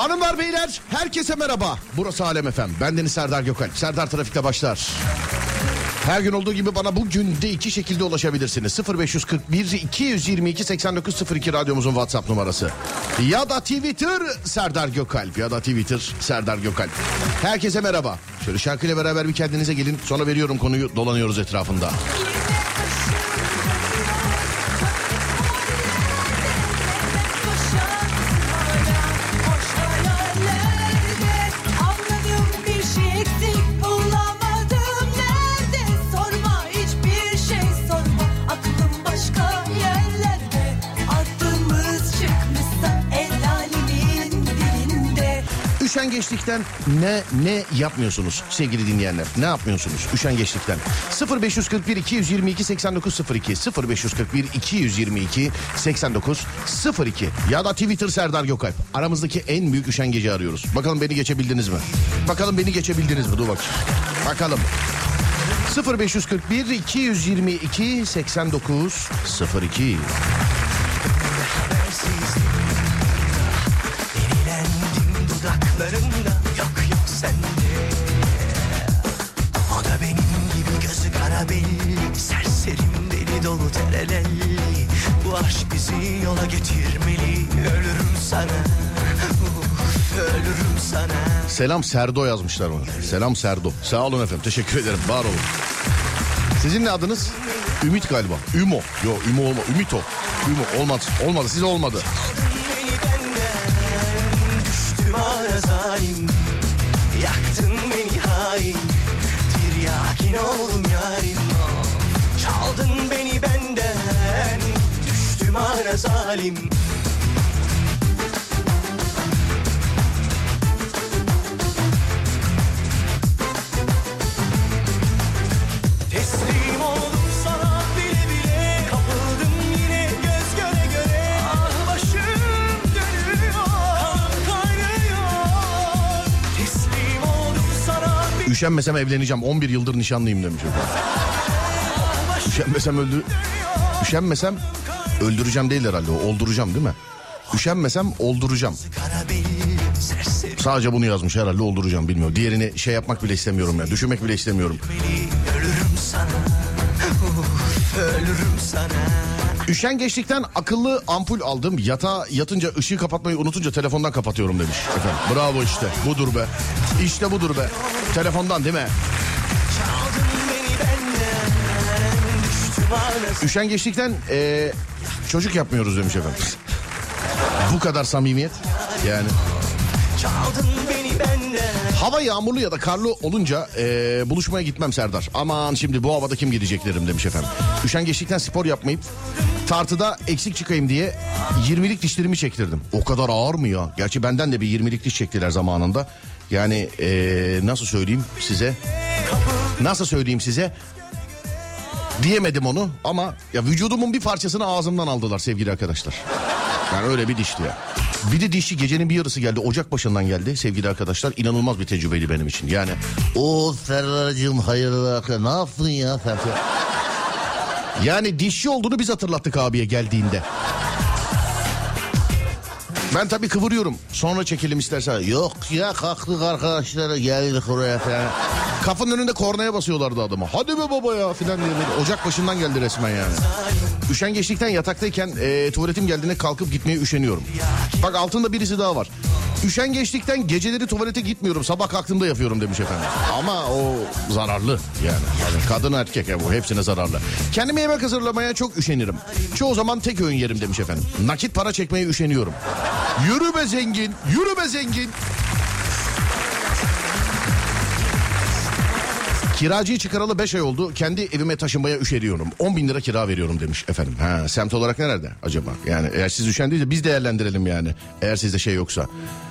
Hanımlar beyler herkese merhaba. Burası Alem FM. Bendeniz Serdar Gökalp. Serdar Trafik'te başlar. Her gün olduğu gibi bana bugün de iki şekilde ulaşabilirsiniz. 0541 222 8902 radyomuzun WhatsApp numarası. Ya da Twitter Serdar Gökalp. Ya da Twitter Serdar Gökalp. Herkese merhaba. Şöyle şarkıyla beraber bir kendinize gelin. Sonra veriyorum konuyu, dolanıyoruz etrafında. Üşengeçlikten ne yapmıyorsunuz sevgili dinleyenler? Ne yapmıyorsunuz üşengeçlikten? 0541 222 8902 0541 222 8902 ya da Twitter Serdar Gökalp. Aramızdaki en büyük üşengeci arıyoruz. Bakalım beni geçebildiniz mi? Bakalım beni geçebildiniz mi? Dur bak. Bakalım. 0541 222 8902 Dudaklarında yok sende. O da benim gibi gözü kara belli, serserim deli dolu terelelli. Bu aşk bizi yola getirmeli. Ölürüm sana, ölürüm sana. Selam Serdo yazmışlar bana. Selam Serdo. Sağ olun efendim, teşekkür ederim, var olun. Sizin ne adınız? Ümit galiba. Ümo. Yok Ümo olma. Ümit o. Ümo olmadı siz olmadı. Zalim, yaktın beni hain, tiryakin oldum yarim. Çaldın beni benden, düştüm ara zalim. Teslim oldum sana bile bile, kapıldım yine göz göre göre. Ah başım dönüyor. Üşenmesem evleneceğim. 11 yıldır nişanlıyım demiş. Üşenmesem öldüreceğim değil herhalde. Olduracağım değil mi? Üşenmesem olduracağım. Sadece bunu yazmış herhalde, olduracağım, bilmiyorum. Diğerini şey yapmak bile istemiyorum ya. Düşünmek bile istemiyorum. Ölürüm sana. Ölürüm sana. Üşengeçlikten akıllı ampul aldım. Yatağa yatınca ışığı kapatmayı unutunca telefondan kapatıyorum demiş efendim. Bravo işte. Budur be. İşte budur be. Telefondan değil mi? Üşengeçlikten çocuk yapmıyoruz demiş efendim. Bu kadar samimiyet. Yani. Hava yağmurlu ya da karlı olunca buluşmaya gitmem Serdar. Aman şimdi bu havada kim gidecek derim demiş efendim. Üşengeçlikten spor yapmayıp tartıda eksik çıkayım diye 20'lik dişlerimi çektirdim. O kadar ağır mı ya? Gerçi benden de bir 20'lik diş çektiler zamanında. Yani nasıl söyleyeyim size? Diyemedim onu ama ya vücudumun bir parçasını ağzımdan aldılar sevgili arkadaşlar. Yani öyle bir dişti ya. Bir de dişçi gecenin bir yarısı geldi. Ocak başından geldi sevgili arkadaşlar. İnanılmaz bir tecrübeydi benim için. Yani o Serdar'cığım hayırlı akşam. Ne yaptın ya sen? Yani dişçi olduğunu biz hatırlattık abiye geldiğinde. Ben tabii kıvırıyorum. Sonra çekelim istersen. Yok ya, kalktık arkadaşlar, geldik oraya falan. Kapının önünde kornaya basıyorlardı adama. Hadi be baba ya filan diye. Ocak başından geldi resmen yani. Üşengeçlikten yataktayken tuvaletim geldiğinde kalkıp gitmeye üşeniyorum. Bak altında birisi daha var. Üşengeçlikten geceleri tuvalete gitmiyorum, sabah kalktığımda yapıyorum demiş efendim. Ama o zararlı yani. Kadın erkek ya, bu hepsine zararlı. Kendime yemek hazırlamaya çok üşenirim. Çoğu zaman tek öğün yerim demiş efendim. Nakit para çekmeye üşeniyorum. Yürü be zengin, yürü be zengin. Kiracıyı çıkaralı 5 ay oldu. Kendi evime taşınmaya üşeniyorum. 10.000 lira kira veriyorum demiş efendim. Semt olarak nerede acaba? Yani eğer siz üşendiyse biz değerlendirelim yani. Eğer sizde şey yoksa.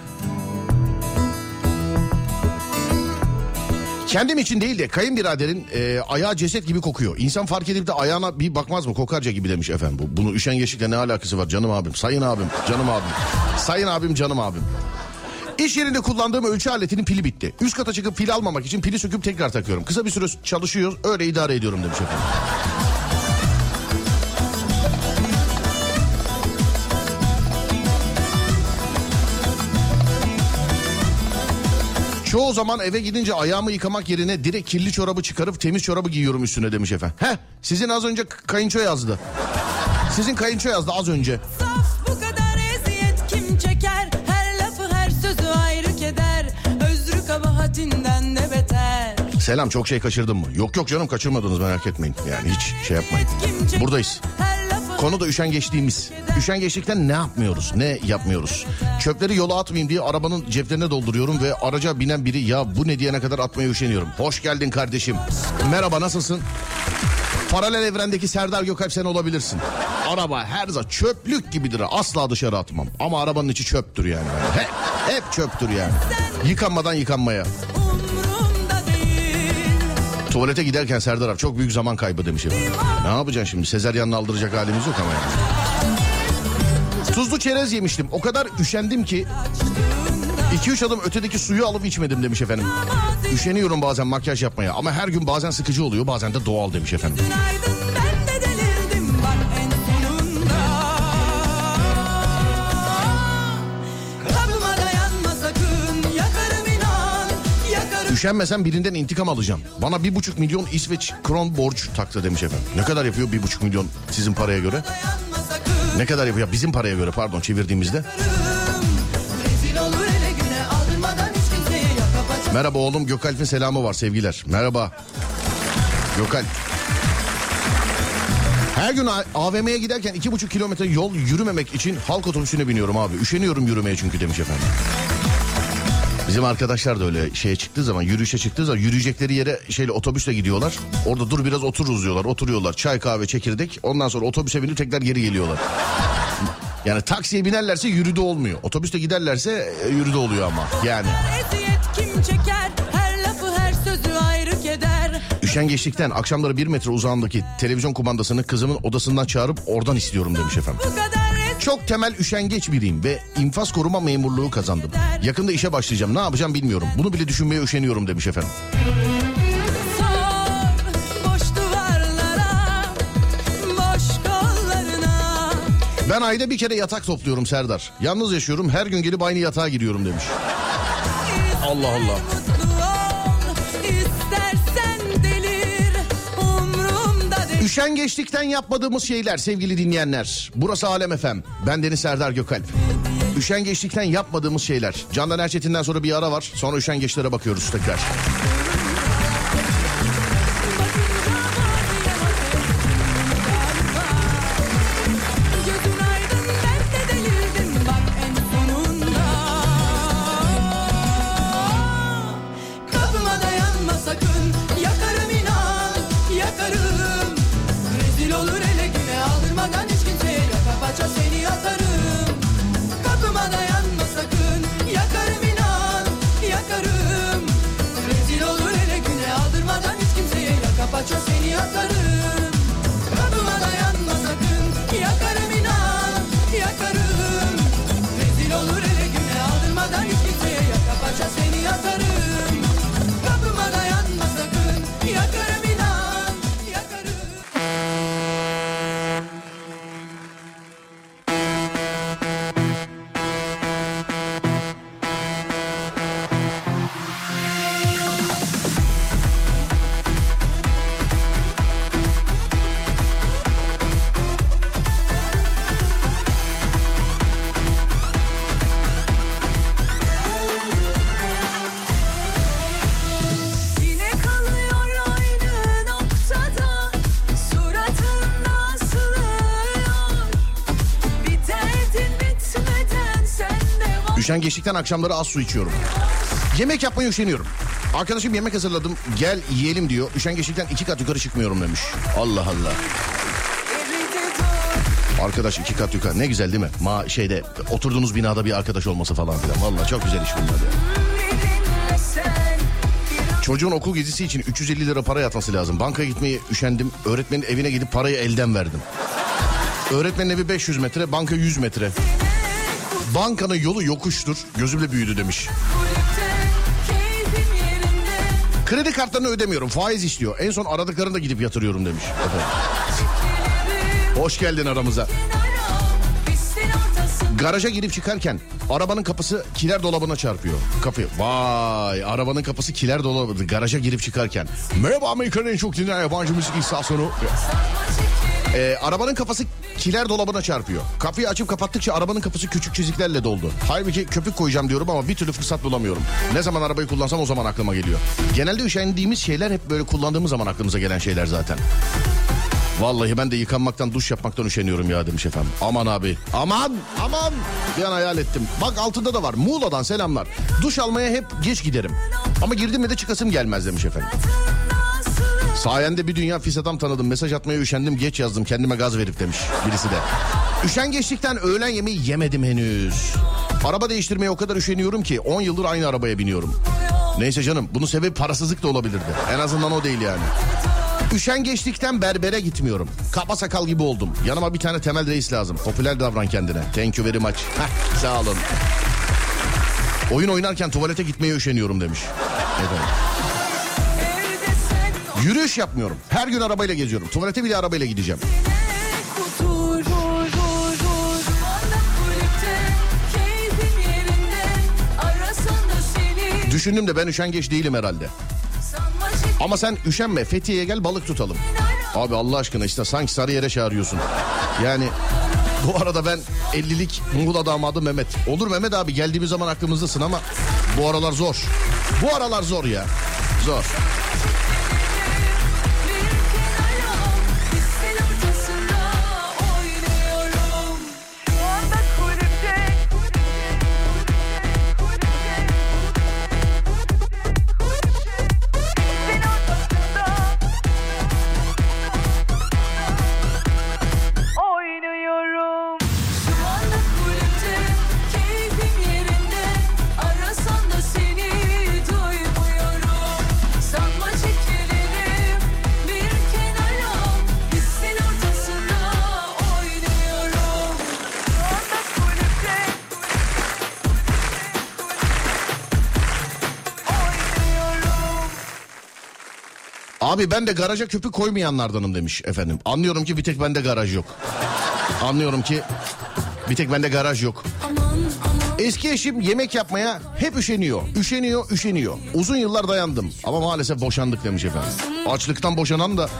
Kendim için değil de kayınbiraderin ayağı ceset gibi kokuyor. İnsan fark edip de ayağına bir bakmaz mı? Kokarca gibi demiş efendim. Bunu üşengeçlikle ne alakası var canım abim? Sayın abim, canım abim. Sayın abim, canım abim. İş yerinde kullandığım ölçü aletinin pili bitti. Üst kata çıkıp pil almamak için pili söküp tekrar takıyorum. Kısa bir süre çalışıyor, öyle idare ediyorum demiş efendim. Çoğu zaman eve gidince ayağımı yıkamak yerine direkt kirli çorabı çıkarıp temiz çorabı giyiyorum üstüne demiş efendim. Sizin az önce kayınço yazdı. Sizin kayınço yazdı az önce. Saf bu kadar eziyet kim çeker? Her lafı her sözü ayrı keder. Özrü kabahatinden de beter. Selam, çok şey kaçırdın mı? Yok canım, kaçırmadınız, merak etmeyin. Yani hiç şey yapmayın. Buradayız. Konu da üşengeçliğimiz. Üşengeçlikten ne yapmıyoruz? Ne yapmıyoruz? Çöpleri yola atmayayım diye arabanın ceplerine dolduruyorum ve araca binen biri ya bu ne diyene kadar atmaya üşeniyorum. Hoş geldin kardeşim. Merhaba, nasılsın? Paralel evrendeki Serdar Gökalp sen olabilirsin. Araba her zaman çöplük gibidir. Asla dışarı atmam. Ama arabanın içi çöptür yani. Hep çöptür yani. Yıkanmadan yıkanmaya. Tuvalete giderken Serdar abi çok büyük zaman kaybı demiş efendim. Ne yapacaksın şimdi? Sezaryenle aldıracak halimiz yok ama yani. Tuzlu çerez yemiştim. O kadar üşendim ki 2-3 adım ötedeki suyu alıp içmedim demiş efendim. Üşeniyorum bazen makyaj yapmaya ama her gün bazen sıkıcı oluyor, bazen de doğal demiş efendim. Üşenmesem birinden intikam alacağım. Bana 1,5 milyon İsveç kron borç taktı demiş efendim. Ne kadar yapıyor 1,5 milyon sizin paraya göre? Ne kadar yapıyor? Bizim paraya göre pardon, çevirdiğimizde. Merhaba oğlum, Gökalp'in selamı var, sevgiler. Merhaba Gökalp. Her gün AVM'ye giderken 2,5 kilometre yol yürümemek için halk otobüsüne biniyorum abi. Üşeniyorum yürümeye çünkü demiş efendim. Bizim arkadaşlar da öyle şeye çıktığı zaman, yürüyüşe çıktığı zaman yürüyecekleri yere otobüsle gidiyorlar. Orada dur biraz otururuz diyorlar, oturuyorlar. Çay kahve çekirdek, ondan sonra otobüse binip tekrar geri geliyorlar. Yani taksiye binerlerse yürüdü olmuyor. Otobüste giderlerse yürüdü oluyor ama yani. Kim çeker, her lafı her sözü ayrı keder. Üşengeçlikten akşamları 1 metre uzağındaki televizyon kumandasını kızımın odasından çağırıp oradan istiyorum demiş efendim. Çok temel üşengeç biriyim ve infaz koruma memurluğu kazandım. Yakında işe başlayacağım, ne yapacağım bilmiyorum. Bunu bile düşünmeye üşeniyorum demiş efendim. Ben ayda bir kere yatak topluyorum Serdar. Yalnız yaşıyorum, her gün gelip aynı yatağa giriyorum demiş. Allah Allah. Üşengeçlikten yapmadığımız şeyler sevgili dinleyenler. Burası Alem FM. Ben Deniz Serdar Gökalp. Üşengeçlikten yapmadığımız şeyler. Candan Erçetin'den sonra bir ara var. Sonra üşengeçlere bakıyoruz tekrar. Seni atarım, kapıma dayanma sakın. Yakarım inan, yakarım. Rezil olur ele güne aldırmadan hiç kimseye. Yaka paça seni atarım, kapıma dayanma sakın. Yakarım inan, yakarım. Üşengeçlikten akşamları az su içiyorum. Yemek yapmaya üşeniyorum. Arkadaşım yemek hazırladım gel yiyelim diyor. Üşengeçlikten 2 kat yukarı çıkmıyorum demiş. Allah Allah. Arkadaş 2 kat yukarı ne güzel değil mi? Oturduğunuz binada bir arkadaş olması falan filan. Vallahi çok güzel iş bunlar ya. Çocuğun okul gezisi için 350 lira para yatması lazım. Bankaya gitmeye üşendim. Öğretmenin evine gidip parayı elden verdim. Öğretmenin evi 500 metre, banka 100 metre. Bankanın yolu yokuştur. Gözümle büyüdü demiş. Kredi kartlarını ödemiyorum. Faiz istiyor. En son aradıklarını da gidip yatırıyorum demiş. Hoş geldin aramıza. Garaja girip çıkarken arabanın kapısı kiler dolabına çarpıyor. Kapı. Vay, arabanın kapısı kiler dolabı. Garaja girip çıkarken. Merhaba, Amerika'nın en çok dinlenen yabancı müzik istasyonu. Arabanın kafası kiler dolabına çarpıyor. Kapıyı açıp kapattıkça arabanın kapısı küçük çiziklerle doldu. Halbuki köpük koyacağım diyorum ama bir türlü fırsat bulamıyorum. Ne zaman arabayı kullansam o zaman aklıma geliyor. Genelde üşendiğimiz şeyler hep böyle kullandığımız zaman aklımıza gelen şeyler zaten. Vallahi ben de yıkanmaktan, duş yapmaktan üşeniyorum ya demiş efendim. Aman abi, aman bir an hayal ettim. Bak altında da var, Muğla'dan selamlar. Duş almaya hep geç giderim. Ama girdim mi de çıkasım gelmez demiş efendim. Sayende bir dünya fis adam tanıdım. Mesaj atmaya üşendim, geç yazdım kendime gaz verip demiş birisi de. Üşengeçlikten öğlen yemeği yemedim henüz. Araba değiştirmeye o kadar üşeniyorum ki 10 yıldır aynı arabaya biniyorum. Neyse canım, bunun sebebi parasızlık da olabilirdi. En azından o değil yani. Üşengeçlikten berbere gitmiyorum. Kaba sakal gibi oldum. Yanıma bir tane Temel Reis lazım. Popüler davran kendine. Thank you very much. Sağ olun. Oyun oynarken tuvalete gitmeye üşeniyorum demiş. Efendim. Yürüyüş yapmıyorum. Her gün arabayla geziyorum. Tuvalete bile arabayla gideceğim. Düşündüm de ben üşengeç değilim herhalde. Ama sen üşenme, Fethiye'ye gel, balık tutalım. Abi Allah aşkına, işte sanki Sarıyer'e çağırıyorsun. Yani bu arada ben 50'lik Muğla damadı Mehmet. Olur Mehmet abi, geldiğimiz zaman aklımızdasın ama bu aralar zor. Bu aralar zor ya. Zor. Abi ben de garaja köpük koymayanlardanım demiş efendim. Anlıyorum ki bir tek bende garaj yok. Anlıyorum ki bir tek bende garaj yok. Eski eşim yemek yapmaya hep üşeniyor. Uzun yıllar dayandım ama maalesef boşandık demiş efendim. Açlıktan boşanan da...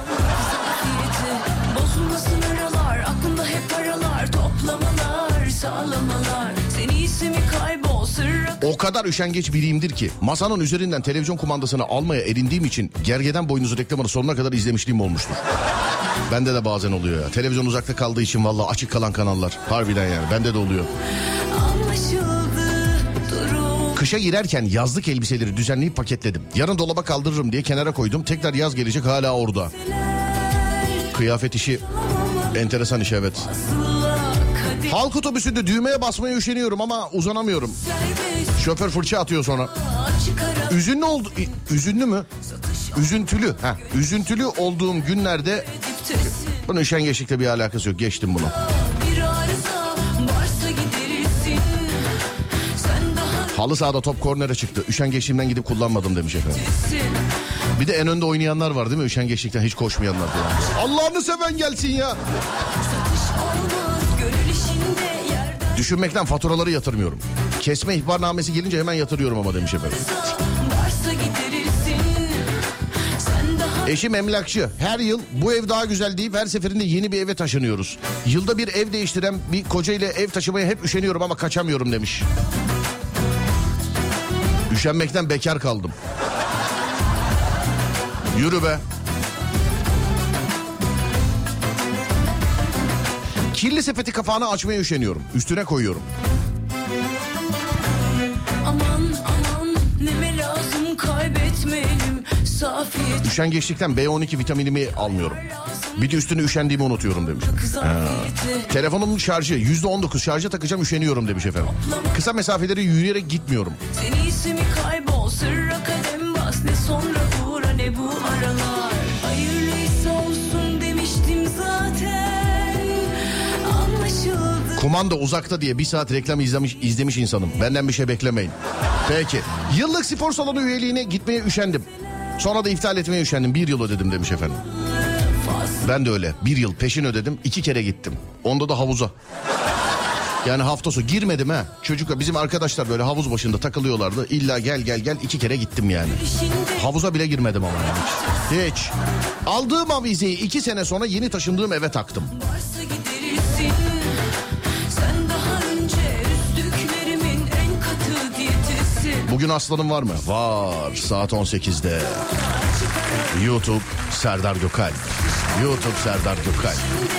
O kadar üşengeç biriyimdir ki masanın üzerinden televizyon kumandasını almaya erindiğim için Gergedan Boynuzu reklamını sonuna kadar izlemişliğim olmuştur. Bende de bazen oluyor ya. Televizyon uzakta kaldığı için vallahi açık kalan kanallar. Harbiden yani, bende de oluyor. Kışa girerken yazlık elbiseleri düzenleyip paketledim. Yarın dolaba kaldırırım diye kenara koydum. Tekrar yaz gelecek, hala orada. Kıyafet işi enteresan iş, evet. Halk otobüsünde düğmeye basmaya üşeniyorum ama uzanamıyorum. Şoför fırça atıyor sonra. Üzüntülü olduğum günlerde bunun üşengeçlikle bir alakası yok. Geçtim bunu. Halı sahada top kornere çıktı. Üşengeçliğimden gidip kullanmadım demiş efendim. Bir de en önde oynayanlar var değil mi? Üşengeçlikten hiç koşmayanlar falan. Allah'ını seven gelsin ya. Düşünmekten faturaları yatırmıyorum. Kesme ihbarnamesi gelince hemen yatırıyorum ama demiş efendim. Eşim emlakçı. Her yıl bu ev daha güzel deyip her seferinde yeni bir eve taşınıyoruz. Yılda bir ev değiştiren bir koca ile ev taşımaya hep üşeniyorum ama kaçamıyorum demiş. Üşenmekten bekar kaldım. Yürü be. Kirli sepeti kapağını açmaya üşeniyorum. Üstüne koyuyorum. Aman neme lazım kaybetmeyelim. Üşengeçlikten B12 vitaminimi almıyorum. Bir de üstüne üşendiğimi unutuyorum demiş. Telefonumun şarjı %19, şarja takacağım, üşeniyorum demiş efendim. Kısa mesafeleri yürüyerek gitmiyorum. Seni ismi kaybol, sırra kadem bas, ne sonra uğra ne bu aralar. Hayırlısı olsun demiştim zaten. Anlaşıldı. Kumanda uzakta diye 1 saat reklam izlemiş insanım. Benden bir şey beklemeyin. Peki. Yıllık spor salonu üyeliğine gitmeye üşendim. Sonra da iptal etmeye üşendim. 1 yıl ödedim demiş efendim. Ben de öyle. 1 yıl peşin ödedim. 2 kere gittim. Onda da havuza. Yani hafta sonu girmedim ha. Çocuk bizim arkadaşlar böyle havuz başında takılıyorlardı. İlla gel 2 kere gittim yani. Havuza bile girmedim ama yani. Hiç. Aldığım avizeyi 2 sene sonra yeni taşındığım eve taktım. Bugün aslanım var mı? Var. Saat 18'de. YouTube Serdar Gökalp. YouTube Serdar Gökalp.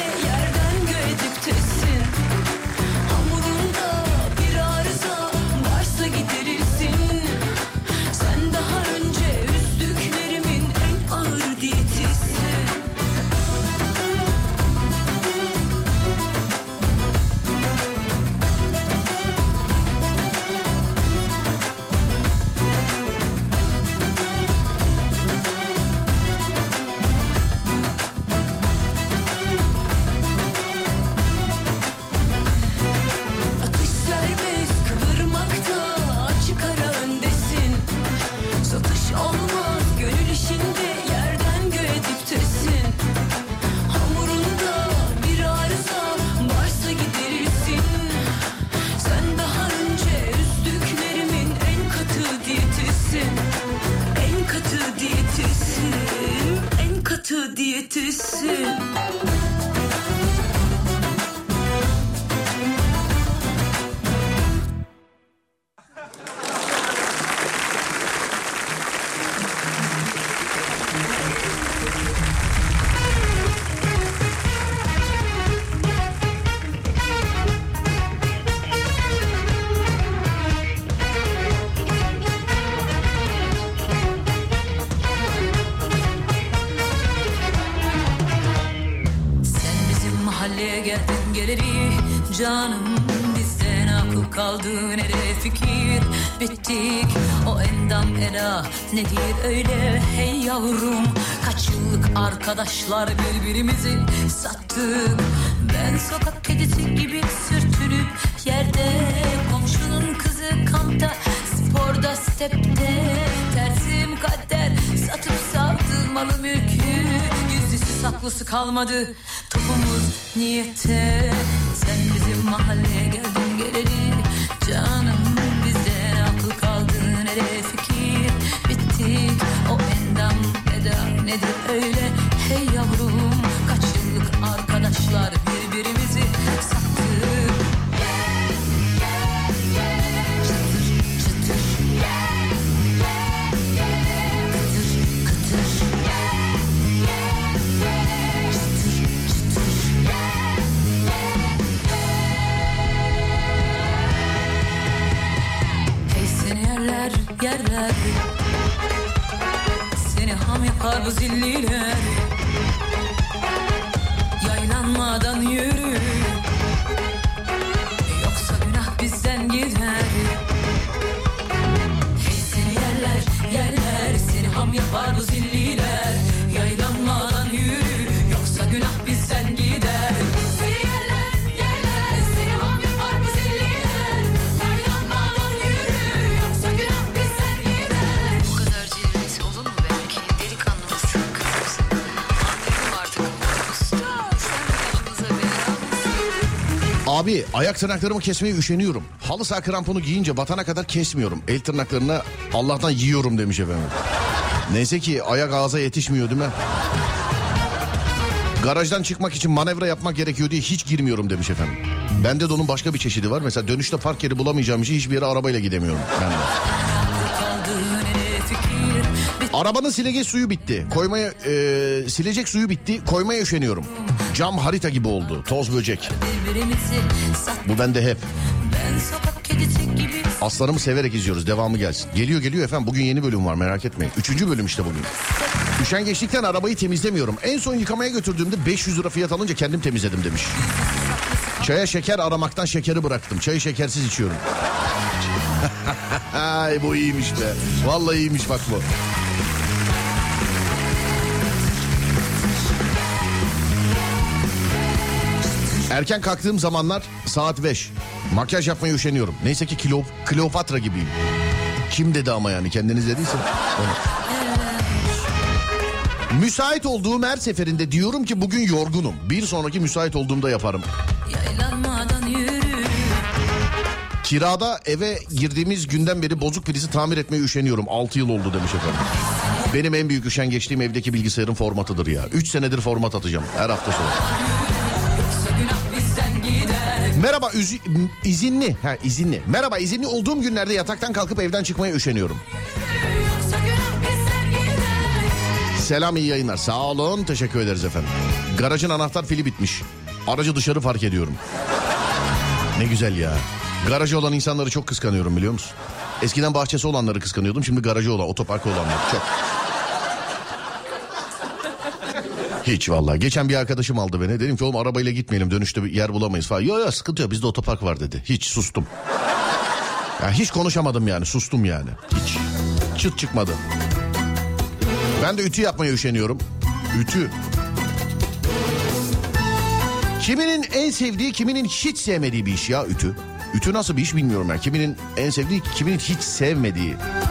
Canım bizden akıl kaldı nereye fikir bittik o endam ela nedir öyle hey yavrum kaç yıllık arkadaşlar birbirimizi sattık ben sokak kedisi gibi sürtünüp yerde komşunun kızı kampta sporda stepte tersim kader satıp savdı malı mülkü gizlisi saklısı kalmadı topumuz niyete. Sen bizim mahalleye geldin geleli canım bizden akıl kaldı nereye fikir bittik o endam eda nedir öyle hey yavrum kaç yıllık arkadaşlar birbirimizi sattık çıtır çıtır kıtır yerler seni ham yapar bu zilliler yaylanmadan yürü yoksa günah bizden gider hey seni yerler seni ham yapar bu zilliler yaylanmadan yürü yoksa günah bizden gider. Abi ayak tırnaklarımı kesmeye üşeniyorum. Halı saha kramponu giyince batana kadar kesmiyorum. El tırnaklarını Allah'tan yiyorum demiş efendim. Neyse ki ayak ağza yetişmiyor değil mi? Garajdan çıkmak için manevra yapmak gerekiyor diye hiç girmiyorum demiş efendim. Bende de onun başka bir çeşidi var. Mesela dönüşte park yeri bulamayacağım için hiçbir yere arabayla gidemiyorum. Yani. Arabanın silecek suyu bitti. Silecek suyu bitti. Koymaya üşeniyorum. Cam harita gibi oldu. Toz böcek. Bu bende hep. Aslanımı severek izliyoruz. Devamı gelsin. Geliyor efendim. Bugün yeni bölüm var, merak etmeyin. 3. bölüm işte bugün. Üşengeçlikten arabayı temizlemiyorum. En son yıkamaya götürdüğümde 500 lira fiyat alınca kendim temizledim demiş. Çaya şeker aramaktan şekeri bıraktım. Çayı şekersiz içiyorum. Ay bu iyiymiş be. Vallahi iyiymiş bak bu. Erken kalktığım zamanlar saat 5. Makyaj yapmaya üşeniyorum. Neyse ki Kleopatra gibiyim. Kim dedi ama yani, kendiniz dediyse. Evet. Müsait olduğum her seferinde diyorum ki bugün yorgunum. Bir sonraki müsait olduğumda yaparım. Kirada eve girdiğimiz günden beri bozuk prizi tamir etmeye üşeniyorum. 6 yıl oldu demiş efendim. Benim en büyük üşengeçliğim evdeki bilgisayarın formatıdır ya. 3 senedir format atacağım her hafta sonu. Merhaba izinli. İzinli. Merhaba izinli olduğum günlerde yataktan kalkıp evden çıkmaya üşeniyorum. Selam, iyi yayınlar. Sağ olun, teşekkür ederiz efendim. Garajın anahtar fili bitmiş. Aracı dışarı park ediyorum. Ne güzel ya. Garajı olan insanları çok kıskanıyorum, biliyor musun? Eskiden bahçesi olanları kıskanıyordum. Şimdi garajı olan, otoparkı olanları çok. Hiç vallahi. Geçen bir arkadaşım aldı beni. Dedim ki oğlum arabayla gitmeyelim, dönüşte bir yer bulamayız falan. Yok sıkıntı yok, bizde otopark var dedi. Hiç sustum. Yani hiç konuşamadım yani, sustum yani. Hiç. Çıt çıkmadı. Ben de ütü yapmaya üşeniyorum. Ütü. Kiminin en sevdiği, kiminin hiç sevmediği bir iş ya ütü. Ütü nasıl bir iş bilmiyorum ya. Kiminin en sevdiği, kiminin hiç sevmediği.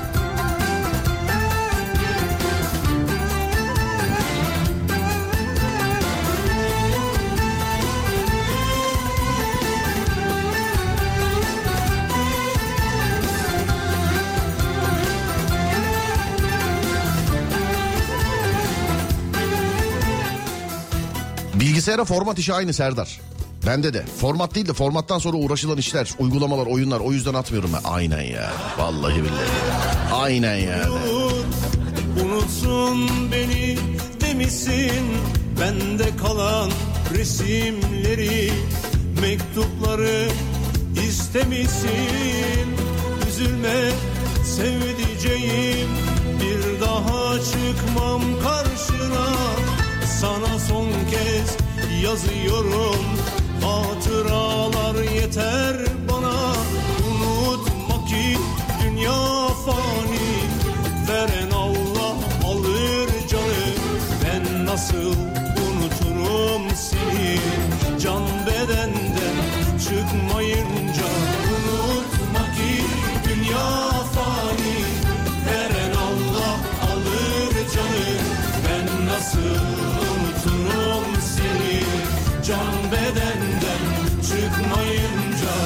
Bilgisayara format işi aynı Serdar. Bende de. Format değil de formattan sonra uğraşılan işler, uygulamalar, oyunlar, o yüzden atmıyorum ben. Aynen ya. Vallahi billahi. Aynen yani. Unutsun beni demişsin, bende kalan resimleri, mektupları istemişsin. Üzülme sevdiceğim, bir daha çıkmam karşına. Sana son kez yazıyorum, hatıralar yeter bana. Unutma ki dünya fani, veren Allah alır canı. Ben nasıl unuturum seni, can bedenden çıkmayınca. Unutma ki dünya fani, veren Allah alır canı. Ben nasıl unuturum seni, can bedenden çıkmayınca.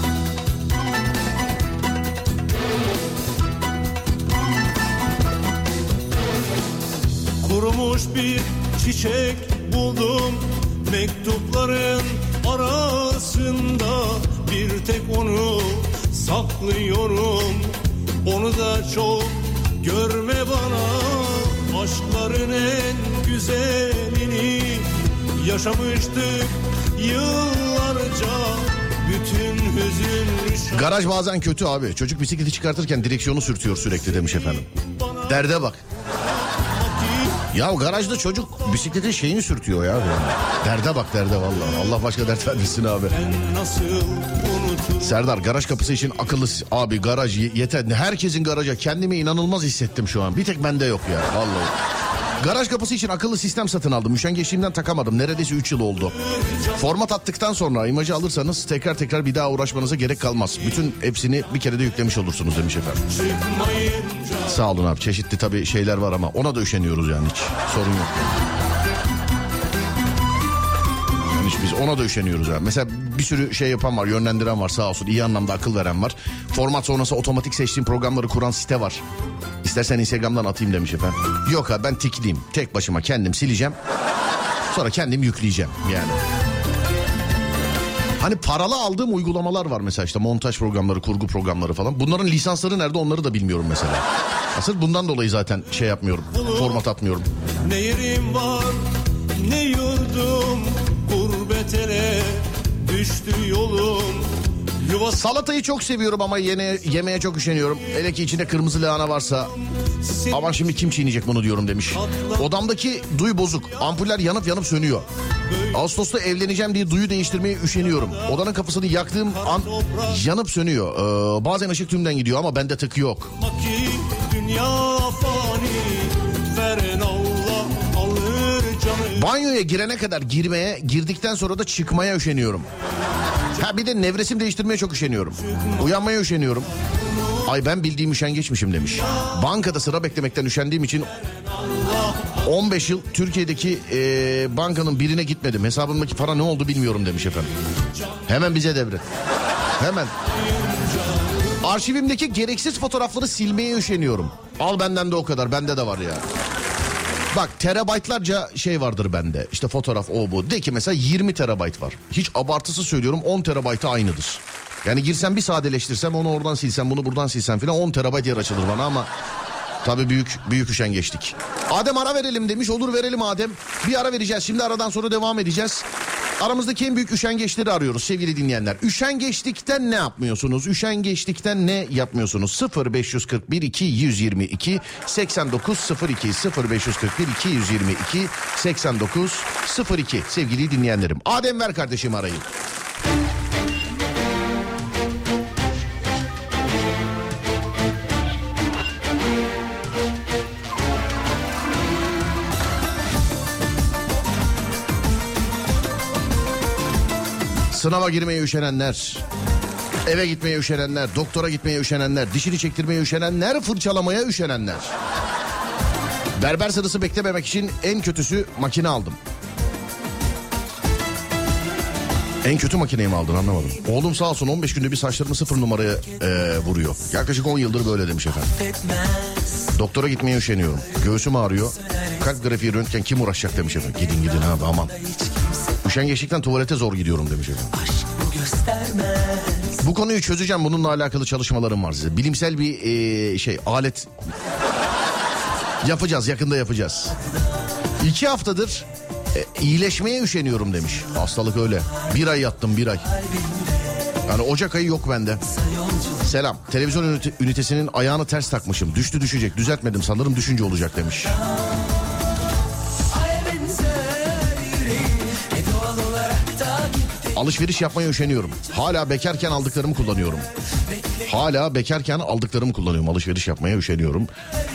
Kurumuş bir çiçek buldum mektupların arasında. Bir tek onu saklıyorum, onu da çok görme bana. Aşkların en güzelini yaşamıştık yıllarca. Bütün hüzünlü Garaj bazen kötü abi. Çocuk bisikleti çıkartırken direksiyonu sürtüyor sürekli demiş efendim. Derde bak. Ya garajda çocuk bisikletin şeyini sürtüyor ya. Derde bak, derde vallahi. Allah başka dert vermesin abi. Serdar, garaj kapısı için akıllı abi, garaj yeter. Herkesin garaja, kendimi inanılmaz hissettim şu an. Bir tek bende yok ya vallahi. Garaj kapısı için akıllı sistem satın aldım. Üşengeçliğimden takamadım. Neredeyse 3 yıl oldu. Format attıktan sonra imajı alırsanız tekrar bir daha uğraşmanıza gerek kalmaz. Bütün hepsini bir kerede yüklemiş olursunuz demiş efendim. Sağ olun abi. Çeşitli tabii şeyler var ama ona da üşeniyoruz yani, hiç sorun yok. Yani hiç biz ona da üşeniyoruz yani. Mesela bir sürü şey yapan var, yönlendiren var, sağ olsun, iyi anlamda akıl veren var. Format sonrası otomatik seçtiğim programları kuran site var. İstersen Instagram'dan atayım demiş efendim. Yok abi, ben tikliyim. Tek başıma kendim sileceğim. Sonra kendim yükleyeceğim yani. Hani paralı aldığım uygulamalar var mesela, işte montaj programları, kurgu programları falan. Bunların lisansları nerede, onları da bilmiyorum mesela. Asıl bundan dolayı zaten şey yapmıyorum, format atmıyorum. Ne yerim var, ne yurdum, gurbet ele düştü yolum. Salatayı çok seviyorum ama yemeye çok üşeniyorum. Hele ki içinde kırmızı lahana varsa. Aman şimdi kim çiğneyecek bunu diyorum demiş. Odamdaki duyu bozuk. Ampuller yanıp sönüyor. Ağustos'ta evleneceğim diye duyu değiştirmeye üşeniyorum. Odanın kapısını yaktığım an yanıp sönüyor. Bazen ışık tümden gidiyor ama bende tık yok. Banyoya girene kadar girdikten sonra da çıkmaya üşeniyorum. Ha bir de nevresim değiştirmeye çok üşeniyorum. Uyanmaya üşeniyorum. Ay ben bildiğim üşengeçmişim demiş. Bankada sıra beklemekten üşendiğim için 15 yıl Türkiye'deki bankanın birine gitmedim. Hesabımdaki para ne oldu bilmiyorum demiş efendim. Hemen bize devret. Hemen. Arşivimdeki gereksiz fotoğrafları silmeye üşeniyorum. Al benden de o kadar, bende de var ya. Bak terabaytlarca şey vardır bende. İşte fotoğraf o bu. De ki mesela 20 terabayt var. Hiç abartısı söylüyorum 10 terabaytı aynıdır. Yani girsem bir sadeleştirsem onu oradan silsem bunu buradan silsem filan 10 terabayt yer açılır bana ama... Tabii büyük üşengeçlik. Adem ara verelim demiş. Olur verelim Adem. Bir ara vereceğiz. Şimdi aradan sonra devam edeceğiz. Aramızdaki en büyük üşengeçleri arıyoruz sevgili dinleyenler. Üşengeçlikten ne yapmıyorsunuz? Üşengeçlikten ne yapmıyorsunuz? 0541 222 8902 0541 222 8902 sevgili dinleyenlerim. Adem ver kardeşim arayı. Sınava girmeye üşenenler, eve gitmeye üşenenler, doktora gitmeye üşenenler, dişini çektirmeye üşenenler, fırçalamaya üşenenler. Berber sırası beklememek için en kötüsü makine aldım. En kötü makineyi mi aldın anlamadım. Oğlum sağ olsun 15 günde bir saçlarımı 0 numaraya vuruyor. Yaklaşık 10 yıldır böyle demiş efendim. Doktora gitmeye üşeniyorum. Göğsüm ağrıyor. Kalp grafiği röntgen kim uğraşacak demiş efendim. Gidin abi aman. Üşengeçlikten tuvalete zor gidiyorum demiş efendim. Bu konuyu çözeceğim. Bununla alakalı çalışmalarım var size. Bilimsel bir alet yapacağız. Yakında yapacağız. 2 haftadır iyileşmeye üşeniyorum demiş. Hastalık öyle. 1 ay yattım 1 ay. Yani Ocak ayı yok bende. Selam. Televizyon ünitesinin ayağını ters takmışım. Düştü düşecek. Düzeltmedim sanırım düşünce olacak demiş. Alışveriş yapmaya üşeniyorum. Hala bekarken aldıklarımı kullanıyorum. Alışveriş yapmaya üşeniyorum.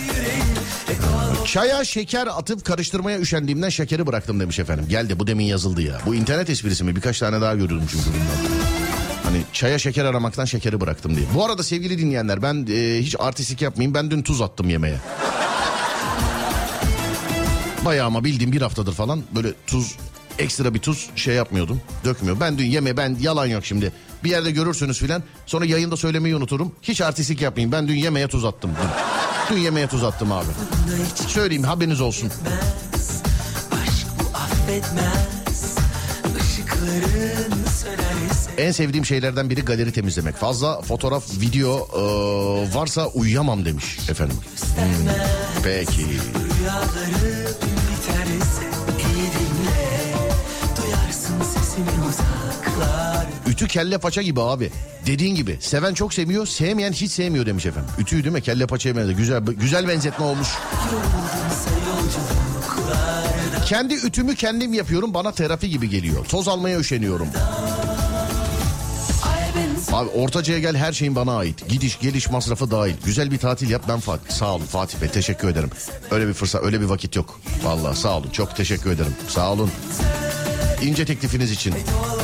Çaya şeker atıp karıştırmaya üşendiğimden şekeri bıraktım demiş efendim. Geldi bu demin yazıldı ya. Bu internet esprisi mi? Birkaç tane daha görüyorum çünkü bundan. Hani çaya şeker aramaktan şekeri bıraktım diye. Bu arada sevgili dinleyenler ben hiç artistik yapmayayım. Ben dün tuz attım yemeğe. Bayağı ama bildiğim 1 haftadır falan böyle tuz... Ekstra bir tuz yapmıyordum. Dökmüyor. Ben dün yalan yok şimdi. Bir yerde görürsünüz filan. Sonra yayında söylemeyi unuturum. Hiç artistik yapmayayım. Ben dün yemeğe tuz attım. Dün yemeğe tuz attım abi. Söyleyeyim haberiniz olsun. En sevdiğim şeylerden biri galeri temizlemek. Fazla fotoğraf, video varsa uyuyamam demiş efendim. Peki. Ütü kelle paça gibi abi. Dediğin gibi. Seven çok seviyor, sevmeyen hiç sevmiyor demiş efendim. Ütüyü değil mi? Kelle paçaya benziyor. Güzel benzetme olmuş. Kendi ütümü kendim yapıyorum. Bana terapi gibi geliyor. Toz almaya üşeniyorum. Abi Ortaca'ya gel her şeyin bana ait. Gidiş geliş masrafı dahil. Güzel bir tatil yap ben Fatih. Sağ olun Fatih Bey teşekkür ederim. Öyle bir fırsat öyle bir vakit yok. Vallahi sağ olun çok teşekkür ederim. Sağ olun. İnce teklifiniz için.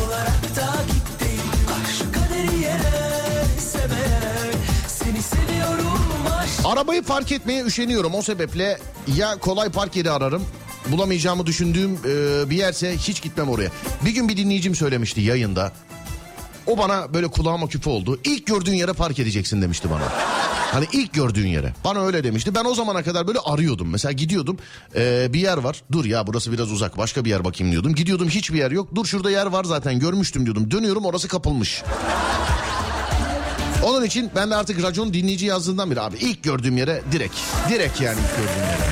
Arabayı park etmeye üşeniyorum. O sebeple ya kolay park yeri ararım. Bulamayacağımı düşündüğüm bir yerse hiç gitmem oraya. Bir gün bir dinleyicim söylemişti yayında. O bana böyle kulağıma küpe oldu. İlk gördüğün yere park edeceksin demişti bana. Hani ilk gördüğün yere. Bana öyle demişti. Ben o zamana kadar böyle arıyordum. Mesela gidiyordum bir yer var. Dur ya burası biraz uzak başka bir yer bakayım diyordum. Gidiyordum hiçbir yer yok. Dur şurada yer var zaten görmüştüm diyordum. Dönüyorum orası kapılmış. Onun için ben de artık racon dinleyici yazdığından beri abi ilk gördüğüm yere direkt yani ilk gördüğüm yere.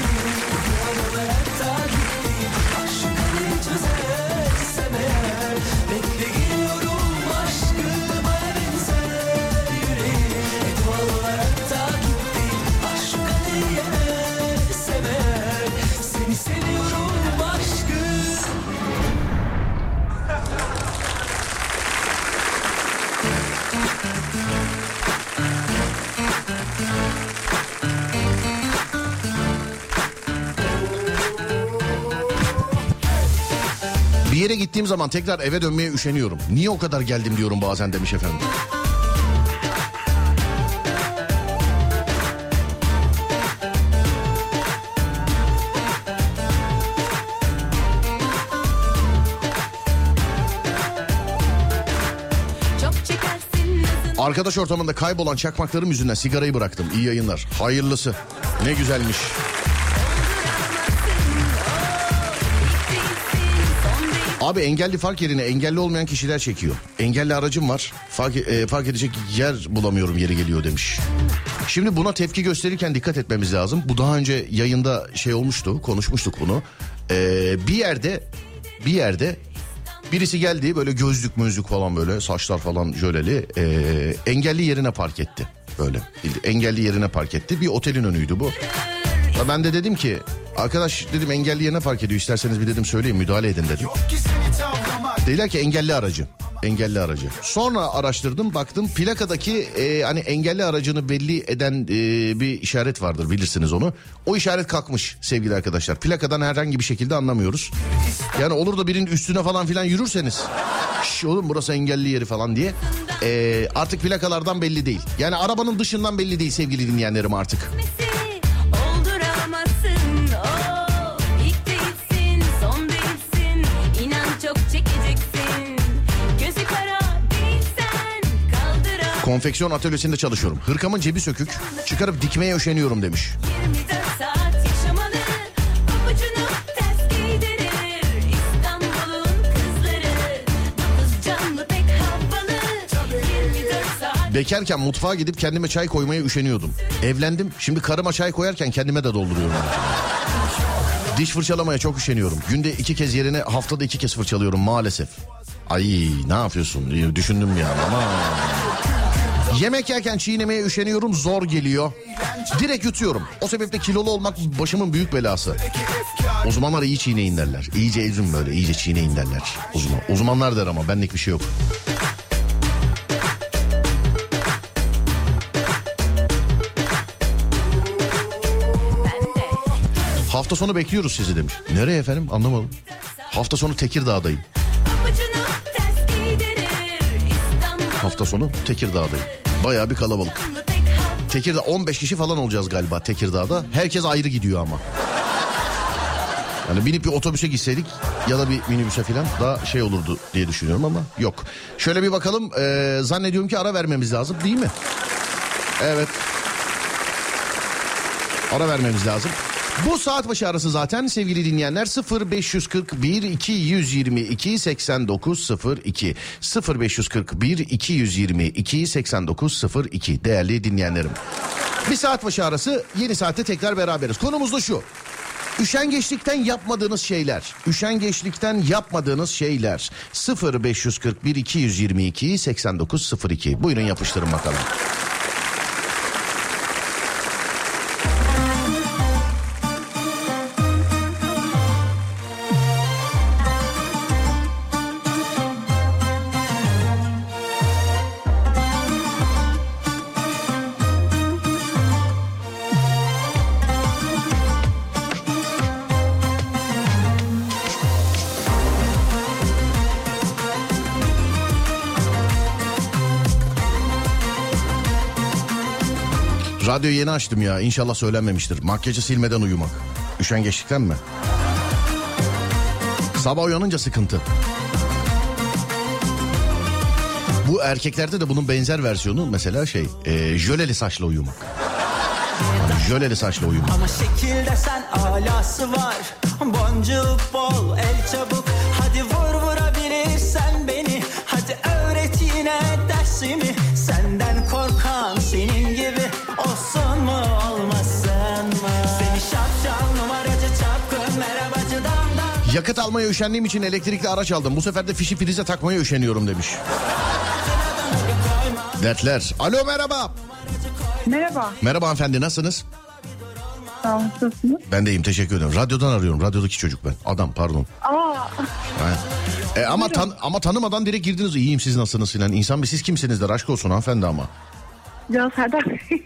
Bir yere gittiğim zaman tekrar eve dönmeye üşeniyorum. Niye o kadar geldim diyorum bazen demiş efendim. Arkadaş ortamında kaybolan çakmaklarım yüzünden sigarayı bıraktım. İyi yayınlar. Hayırlısı. Ne güzelmiş. Abi engelli fark yerine engelli olmayan kişiler çekiyor. Engelli aracım var. Fark edecek yer bulamıyorum yeri geliyor demiş. Şimdi buna tepki gösterirken dikkat etmemiz lazım. Bu daha önce yayında olmuştu. Konuşmuştuk bunu. Bir yerde birisi geldi, böyle gözlük falan, böyle saçlar falan jöleli, engelli yerine park etti. Böyle engelli yerine park etti. Bir otelin önüydü bu. Ben de dedim ki arkadaş dedim, engelli yerine park ediyor, isterseniz bir dedim söyleyin, müdahale edin dedim. Dediler ki engelli aracı. Sonra araştırdım, baktım plakadaki hani engelli aracını belli eden bir işaret vardır, bilirsiniz onu. O işaret kalkmış sevgili arkadaşlar. Plakadan herhangi bir şekilde anlamıyoruz. Yani olur da birinin üstüne falan filan yürürseniz, oğlum burası engelli yeri falan diye, artık plakalardan belli değil. Yani arabanın dışından belli değil sevgili dinleyenlerim artık. Konfeksiyon atölyesinde çalışıyorum. Hırkamın cebi sökük. Çıkarıp dikmeye üşeniyorum demiş. Bekarken mutfağa gidip kendime çay koymaya üşeniyordum. Evlendim. Şimdi karıma çay koyarken kendime de dolduruyorum. Diş fırçalamaya çok üşeniyorum. Günde 2 kez yerine haftada 2 kez fırçalıyorum maalesef. Ay ne yapıyorsun diye düşündüm yani ama... Yemek yerken çiğnemeye üşeniyorum, zor geliyor. Direkt yutuyorum. O sebeple kilolu olmak başımın büyük belası. Uzmanlar iyi çiğneyin derler. İyice ezin böyle, iyice çiğneyin derler. Uzmanlar der ama benlik bir şey yok. Hafta sonu bekliyoruz sizi demiş. Nereye efendim, anlamadım. Hafta sonu Tekirdağ'dayım. Hafta sonu Tekirdağ'dayım. Bayağı bir kalabalık. Tekirdağ 15 kişi falan olacağız galiba Tekirdağ'da. Herkes ayrı gidiyor ama. Yani binip bir otobüse gitseydik ya da bir minibüse falan daha olurdu diye düşünüyorum ama yok. Şöyle bir bakalım, zannediyorum ki ara vermemiz lazım değil mi? Evet. Ara vermemiz lazım. Bu saat başı arası zaten sevgili dinleyenler 0541 222 8902 0541 222 8902 değerli dinleyenlerim. Bir saat başı arası, yeni saatte tekrar beraberiz. Konumuz da şu: üşengeçlikten yapmadığınız şeyler. Üşengeçlikten yapmadığınız şeyler. 0541 222 8902. Buyurun yapıştırın bakalım. Radyoyu yeni açtım ya, İnşallah söylenmemiştir. Makyajı silmeden uyumak. Üşengeçlikten mi? Sabah uyanınca sıkıntı. Bu erkeklerde de bunun benzer versiyonu mesela jöleli saçla uyumak. Jöleli saçla uyumak. Ama şekil desen alası var. Boncuğu bol, el çabuk. Hadi vurabilirsen beni. Hadi öğret yine dersimi. Senden korkan senin gibi olsun mu olmasın mı? Seni şapşal numaracı çapkın merhabacı damdan. Yakıt almaya üşendiğim için elektrikli araç aldım. Bu sefer de fişi prize takmaya üşeniyorum demiş. Dertler. Alo, merhaba. Merhaba. Merhaba hanımefendi, nasılsınız? Sağ olun, nasılsınız? Ben de iyiyim, teşekkür ederim. Radyodan arıyorum. Radyodaki çocuk ben. Adam, pardon. Ama tanımadan direkt girdiniz. İyiyim, siz nasılsınız filan. İnsan bir siz kimsiniz der. Aşk olsun hanımefendi ama. Ya Serdar.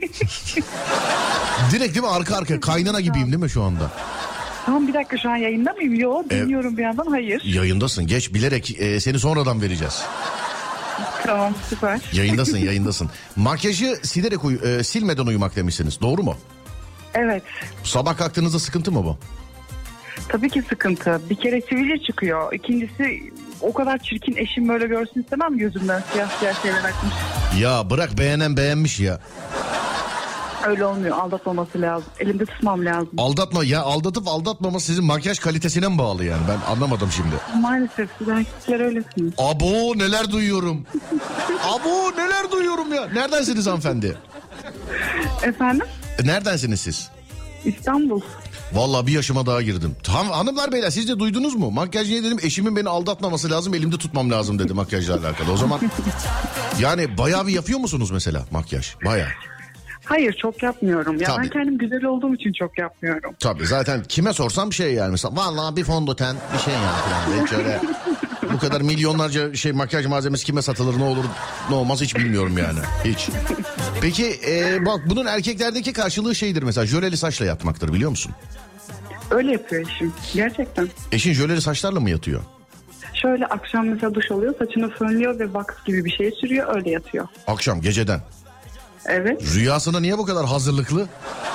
Direkt değil mi, arka arka kaynana gibiyim değil mi şu anda? Tamam, bir dakika, şu an yayında mıyım? Yok, dinliyorum bir yandan, hayır. Yayındasın, geç, bilerek seni sonradan vereceğiz. Tamam, süper. Yayındasın. Makyajı silmeden uyumak demişsiniz, doğru mu? Evet. Sabah kalktığınızda sıkıntı mı bu? Tabii ki sıkıntı. Bir kere sivilce çıkıyor. İkincisi o kadar çirkin eşim böyle görsün istemem, gözümden siyah siyah şeyler akmış. Ya bırak, beğenen beğenmiş ya. Öyle olmuyor, aldatmaması lazım. Elimde tutmam lazım. Aldatma ya, aldatıp aldatmaması sizin makyaj kalitesine mi bağlı yani? Ben anlamadım şimdi. Maalesef siz erkekler öylesiniz. Abo neler duyuyorum. Abo neler duyuyorum ya. Neredensiniz hanımefendi? Efendim? Neredensiniz siz? İstanbul. Vallahi bir yaşıma daha girdim. Hanımlar beyler, siz de duydunuz mu? Makyajcıya dedim, eşimin beni aldatmaması lazım, elimde tutmam lazım dedi makyajla alakalı. O zaman yani bayağı bir yapıyor musunuz mesela makyaj? Bayağı. Hayır, çok yapmıyorum. Ya Tabii. ben kendim güzel olduğum için çok yapmıyorum. Tabii zaten kime sorsam bir şey yani mesela. Vallahi bir fondöten bir şey yani falan. Hiç öyle bu kadar milyonlarca şey makyaj malzemesi kime satılır, ne olur ne olmaz hiç bilmiyorum yani. Hiç. Peki bak, bunun erkeklerdeki karşılığı şeydir mesela, jöleli saçla yatmaktır, biliyor musun? Öyle yapıyor eşim. Gerçekten. Eşin jöleli saçlarla mı yatıyor? Şöyle akşam mesela duş alıyor, saçını fönlüyor ve wax gibi bir şey sürüyor, öyle yatıyor. Akşam geceden. Evet. Rüyasına niye bu kadar hazırlıklı?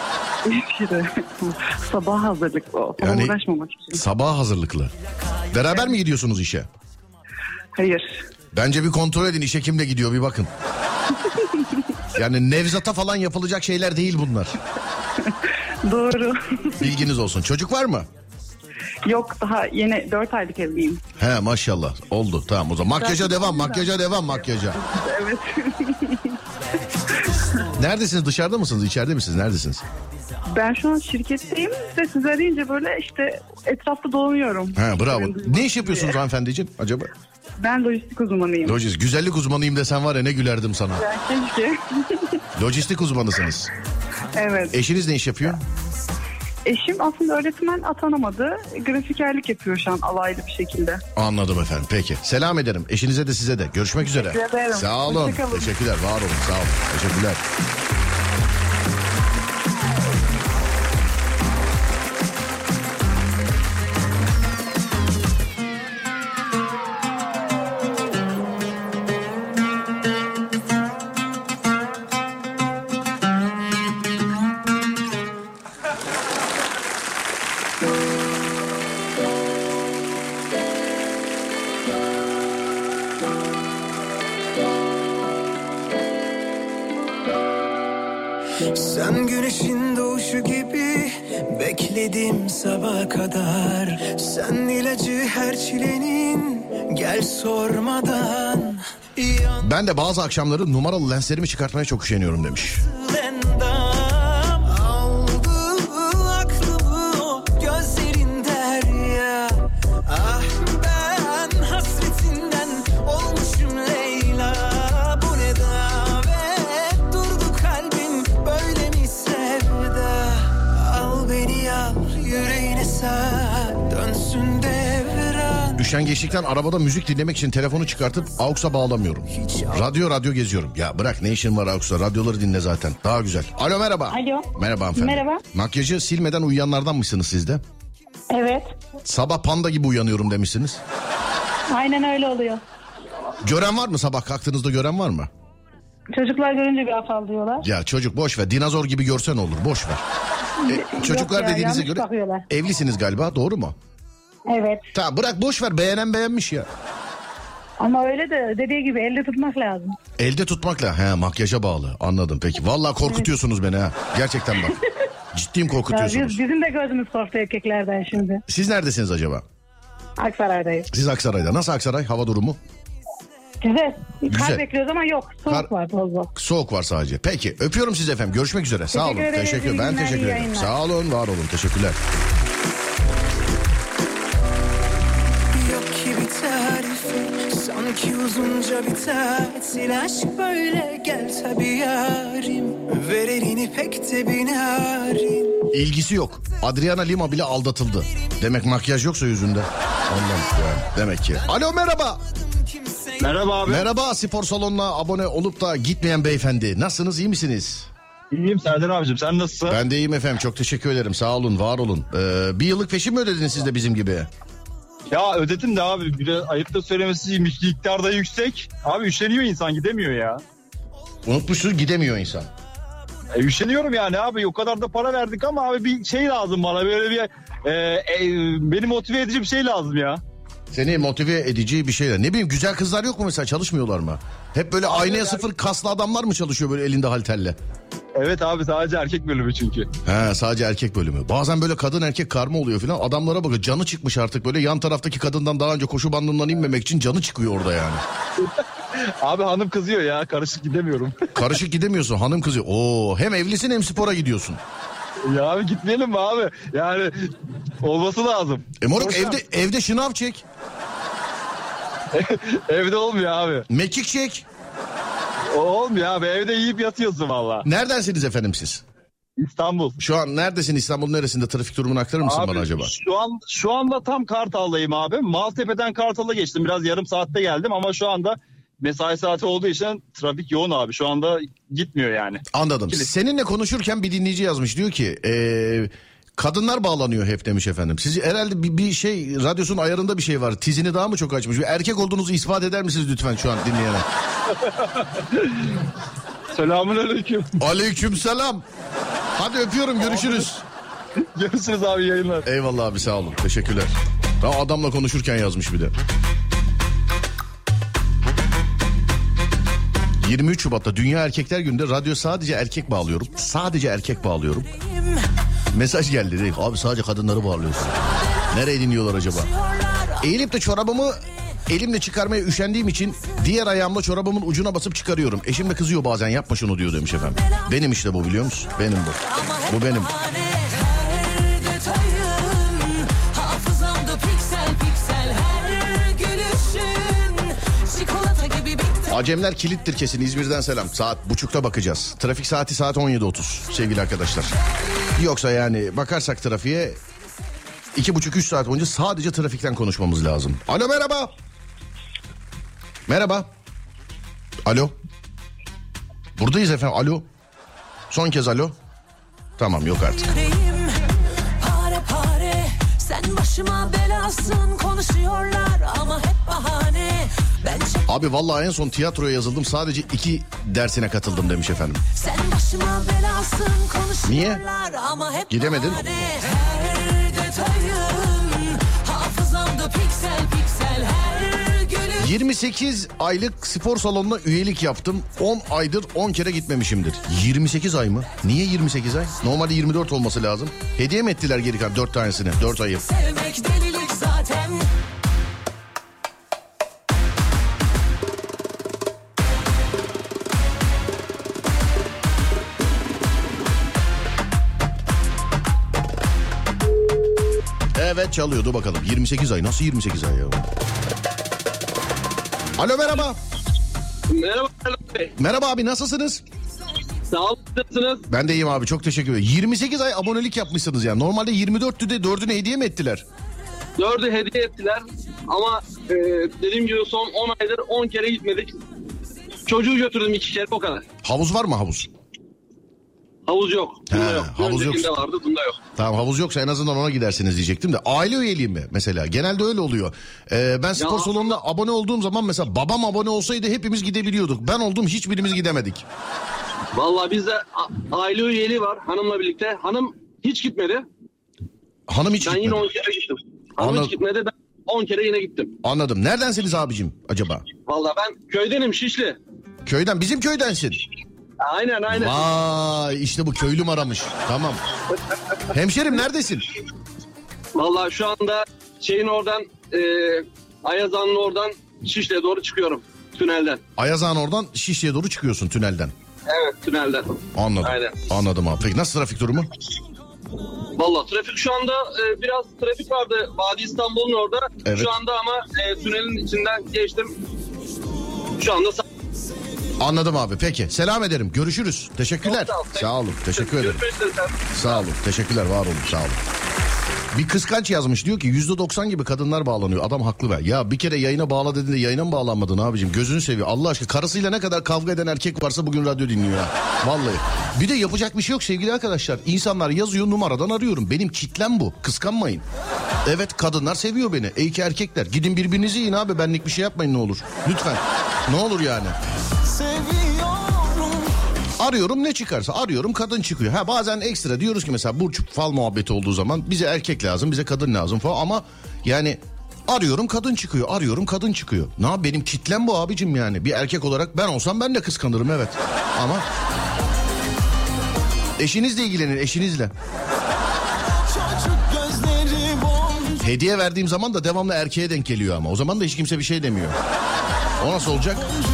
Sabah hazırlık o. Ona Yani uğraşmamak için. sabah hazırlıklı. Beraber mi gidiyorsunuz işe? Hayır. Bence bir kontrol edin, işe kimle gidiyor bir bakın. Yani Nevzat'a falan yapılacak şeyler değil bunlar. Doğru. Bilginiz olsun. Çocuk var mı? Yok, daha yeni 4 aylık evliyim. He maşallah, oldu tamam o zaman. Makyaja devam, makyaja devam, makyaja. Evet. Neredesiniz, dışarıda mısınız, içeride misiniz, neredesiniz? Ben şu an şirketteyim ve siz arayınca böyle işte etrafta dolanıyorum. He bravo. Ne iş yapıyorsunuz hanımefendiciğim acaba? Ben lojistik uzmanıyım. Lojistik. Güzellik uzmanıyım desen var ya, ne gülerdim sana. Keşke. Lojistik uzmanısınız. Evet. Eşiniz ne iş yapıyor? Eşim aslında öğretmen, atanamadı. Grafikerlik yapıyor şu an alaylı bir şekilde. Anladım efendim, peki. Selam ederim eşinize de size de. Görüşmek üzere. Teşekkür ederim. Sağ olun. Hoşça kalın. Teşekkürler, var olun, sağ olun. Teşekkürler. Sen güneşin doğuşu gibi bekledim sabaha kadar. Sen ilacı her çilenin, gel sormadan. Ben de bazı akşamları numaralı lenslerimi çıkartmaya çok üşeniyorum demiş. Endam aldı aklımı o gözlerin derya. Ah ben hasretinden olmuşum Leyla. Bu ne davet, durdu kalbim böyle mi sevda. Al beni al yüreğine sar, dönsün devran. Üşengeçlikten arabada müzik dinlemek için telefonu çıkartıp AUX'a bağlamıyorum. Radyo geziyorum. Ya bırak, ne işin var AUX'la, radyoları dinle zaten. Daha güzel. Alo merhaba. Alo. Merhaba hanımefendi. Merhaba. Makyajı silmeden uyuyanlardan mısınız siz de? Evet. Sabah panda gibi uyanıyorum demişsiniz. Aynen öyle oluyor. Gören var mı, sabah kalktığınızda gören var mı? Çocuklar görünce bir afallıyorlar. Ya çocuk boş ver, dinozor gibi görsen olur, boş ver. Çocuklar ya, dediğinize yanlış göre bakıyorlar. evlisiniz galiba, doğru mu? Evet. Tamam bırak, boş ver, beğenen beğenmiş ya. Ama öyle de dediği gibi elde tutmak lazım. Elde tutmakla, he makyaja bağlı, anladım peki. Vallahi korkutuyorsunuz beni ha, gerçekten bak. Ciddiyim, Ya korkutuyorsunuz. bizim de gözümüz korktu erkeklerden şimdi. Siz neredesiniz acaba? Aksaray'dayız. Siz Aksaray'da. Nasıl Aksaray, hava durumu? Güzel. Güzel. Kar bekliyoruz ama yok. Soğuk Kar- var, toz var. Soğuk var sadece. Peki öpüyorum sizi efendim. Görüşmek üzere. Sağ olun. Teşekkür ederiz. Teşekkür. İyi Ben günler, teşekkür iyi ederim. yayınlar. Sağ olun, var olun. Teşekkürler. Yok ki bir tarifi, sanki uzunca bir tatil. Aşk böyle, gel tabi yarim, ver elini pek de binarim. İlgisi yok. Adriana Lima bile aldatıldı. Demek makyaj yoksa yüzünde. Ondan yani. Demek ki. Alo merhaba. Merhaba abi. Merhaba, spor salonuna abone olup da gitmeyen beyefendi. Nasılsınız, iyi misiniz? İyiyim Serdar abicim, sen nasılsın? Ben de iyiyim efendim. Çok teşekkür ederim. Sağ olun, var olun. Bir yıllık peşin mi ödediniz siz de bizim gibi? Ya ödedim de abi, biraz ayıp da söylemesi, miktar da yüksek. Abi üşeniyor insan, gidemiyor ya. Unutmuşsunuz, gidemiyor insan. Üşeniyorum yani abi, o kadar da para verdik ama abi bir şey lazım bana, böyle bir beni motive edici bir şey lazım ya. Seni motive edici bir şeyler. Ne bileyim, güzel kızlar yok mu mesela, çalışmıyorlar mı? Hep böyle aynaya sıfır kaslı adamlar mı çalışıyor böyle elinde halterle? Evet abi, sadece erkek bölümü çünkü. He, sadece erkek bölümü. Bazen böyle kadın erkek karma oluyor falan. Adamlara bakın, canı çıkmış artık böyle, yan taraftaki kadından daha önce koşu bandından inmemek için canı çıkıyor orada yani. Abi hanım kızıyor ya, karışık gidemiyorum. Karışık gidemiyorsun, hanım kızıyor. Oo, hem evlisin hem spora gidiyorsun. Ya abi gitmeyelim mi abi? Yani olması lazım. Moruk, Hocam, evde şınav çek. evde olmuyor abi. Mekik çek. O olmuyor abi, evde yiyip yatıyorsun valla. Neredensiniz efendim siz? İstanbul. Şu an neredesin, İstanbul neresinde, trafik durumunu aktarır mısın Abi, bana acaba? Şu anda tam Kartal'dayım abi. Maltepe'den Kartal'a geçtim. Biraz yarım saatte geldim ama şu anda mesai saati olduğu için trafik yoğun abi. Şu anda gitmiyor yani. Anladım. Seninle konuşurken bir dinleyici yazmış, diyor ki kadınlar bağlanıyor hep demiş efendim. Siz herhalde bir şey, radyosunun ayarında bir şey var. Tizini daha mı çok açmış? Bir erkek olduğunuzu ispat eder misiniz lütfen şu an dinleyene? Selamünaleyküm. Aleykümselam. Hadi öpüyorum, görüşürüz. Görüşürüz abi, yayınlar. Eyvallah abi, sağ olun, teşekkürler. Daha adamla konuşurken yazmış bir de. 23 Şubat'ta Dünya Erkekler Günü'nde radyo sadece erkek bağlıyorum. Sadece erkek bağlıyorum. Mesaj geldi, dedi abi sadece kadınları bağlıyorsun. Nereye dinliyorlar acaba? Eğilip de çorabımı elimle çıkarmaya üşendiğim için diğer ayağımla çorabımın ucuna basıp çıkarıyorum. Eşim de kızıyor bazen, yapma şunu diyor demiş efendim. Benim işte bu, biliyor musun? Benim bu. Bu benim. Acemler kilittir kesin, İzmir'den selam. Saat 1.30'da bakacağız. Trafik saati saat 17.30 sevgili arkadaşlar. Yoksa yani bakarsak trafiğe 2,5-3 saat boyunca sadece trafikten konuşmamız lazım. Alo, merhaba. Merhaba. Alo. Buradayız efendim, alo. Son kez alo. Tamam, yok artık. Pare pare, sen başıma belasın, konuşuyorlar ama hep bahane. Abi vallahi en son tiyatroya yazıldım, sadece 2 dersine katıldım demiş efendim. Sen başıma belasın, konuşuyorlar niye? Ama hep Gidemedin. Her detayın hafızamda piksel piksel, her gülüş. 28 aylık spor salonuna üyelik yaptım. 10 aydır 10 kere gitmemişimdir. 28 ay mı? Niye 28 ay? Normalde 24 olması lazım. Hediye mi ettiler geri kalan 4 tanesini? 4 ayı. Sevmek delilik zaten. Evet, çalıyordu bakalım. 28 ay, nasıl 28 ay ya? Alo, merhaba. Merhaba Bey. Merhaba abi, nasılsınız? Sağ olun, nasılsınız? Ben de iyiyim abi, çok teşekkür ederim. 28 ay abonelik yapmışsınız yani. Normalde 24'tü de 4'ünü hediye mi ettiler? 4'ü hediye ettiler ama dediğim gibi son 10 aydır 10 kere gitmedik. Çocuğu götürdüm 2 kere, o kadar. Havuz var mı, havuz? Havuz yok. Bunda He, yok. havuz yok. Öncekinde vardı, bunda yok. Tamam, havuz yoksa en azından ona gidersiniz diyecektim de. Aile üyeliği mi mesela? Genelde öyle oluyor. Ben spor salonuna abone olduğum zaman mesela babam abone olsaydı hepimiz gidebiliyorduk. Ben oldum, hiçbirimiz gidemedik. Vallahi bizde aile üyeliği var hanımla birlikte. Hanım hiç gitmedi. Hanım hiç Ben gitmedi. yine 10 kere gittim. Hanım Anladım. hiç gitmedi, ben 10 kere yine gittim. Anladım. Neredensiniz abicim acaba? Vallahi ben köydenim, Şişli. Köyden, bizim köydensin. Aynen. Vay, işte bu köylüm aramış. Tamam. Hemşerim neredesin? Vallahi şu anda şeyin oradan Ayazan'ın oradan Şişli'ye doğru çıkıyorum tünelden. Ayazağın oradan Şişli'ye doğru çıkıyorsun tünelden. Evet, tünelden. Anladım. Aynen. Anladım abi. Peki nasıl trafik durumu? Vallahi trafik şu anda biraz trafik vardı Vadi İstanbul'un orada. Evet. Şu anda ama tünelin içinden geçtim. Şu anda Anladım abi. Peki. Selam ederim. Görüşürüz. Teşekkürler. Çok sağ ol. Sağ olun. Teşekkür ederim. görüşmek üzere. Sağ olun. Teşekkürler. Var olun. Sağ olun. Bir kıskanç yazmış, diyor ki %90 gibi kadınlar bağlanıyor. Adam haklı be. Ya bir kere yayına bağla dediğinde yayına mı bağlanmadın abicim? Gözünü seviyor. Allah aşkına, karısıyla ne kadar kavga eden erkek varsa bugün radyo dinliyor ya. Vallahi. Bir de yapacak bir şey yok sevgili arkadaşlar. İnsanlar yazıyor, numaradan arıyorum. Benim kitlem bu. Kıskanmayın. Evet, kadınlar seviyor beni. İyi ki erkekler. Gidin birbirinizi yiyin abi. Benlik bir şey yapmayın ne olur. Lütfen. Ne olur yani. Arıyorum, ne çıkarsa arıyorum, kadın çıkıyor. Ha, bazen ekstra diyoruz ki mesela burç fal muhabbeti olduğu zaman bize erkek lazım, bize kadın lazım falan, ama yani Arıyorum kadın çıkıyor, arıyorum kadın çıkıyor. Ne yap, benim kitlem bu abicim yani. Bir erkek olarak ben olsam ben de kıskanırım, evet. Ama eşinizle ilgilenin, eşinizle. Hediye verdiğim zaman da devamlı erkeğe denk geliyor ama. O zaman da hiç kimse bir şey demiyor. O nasıl olacak?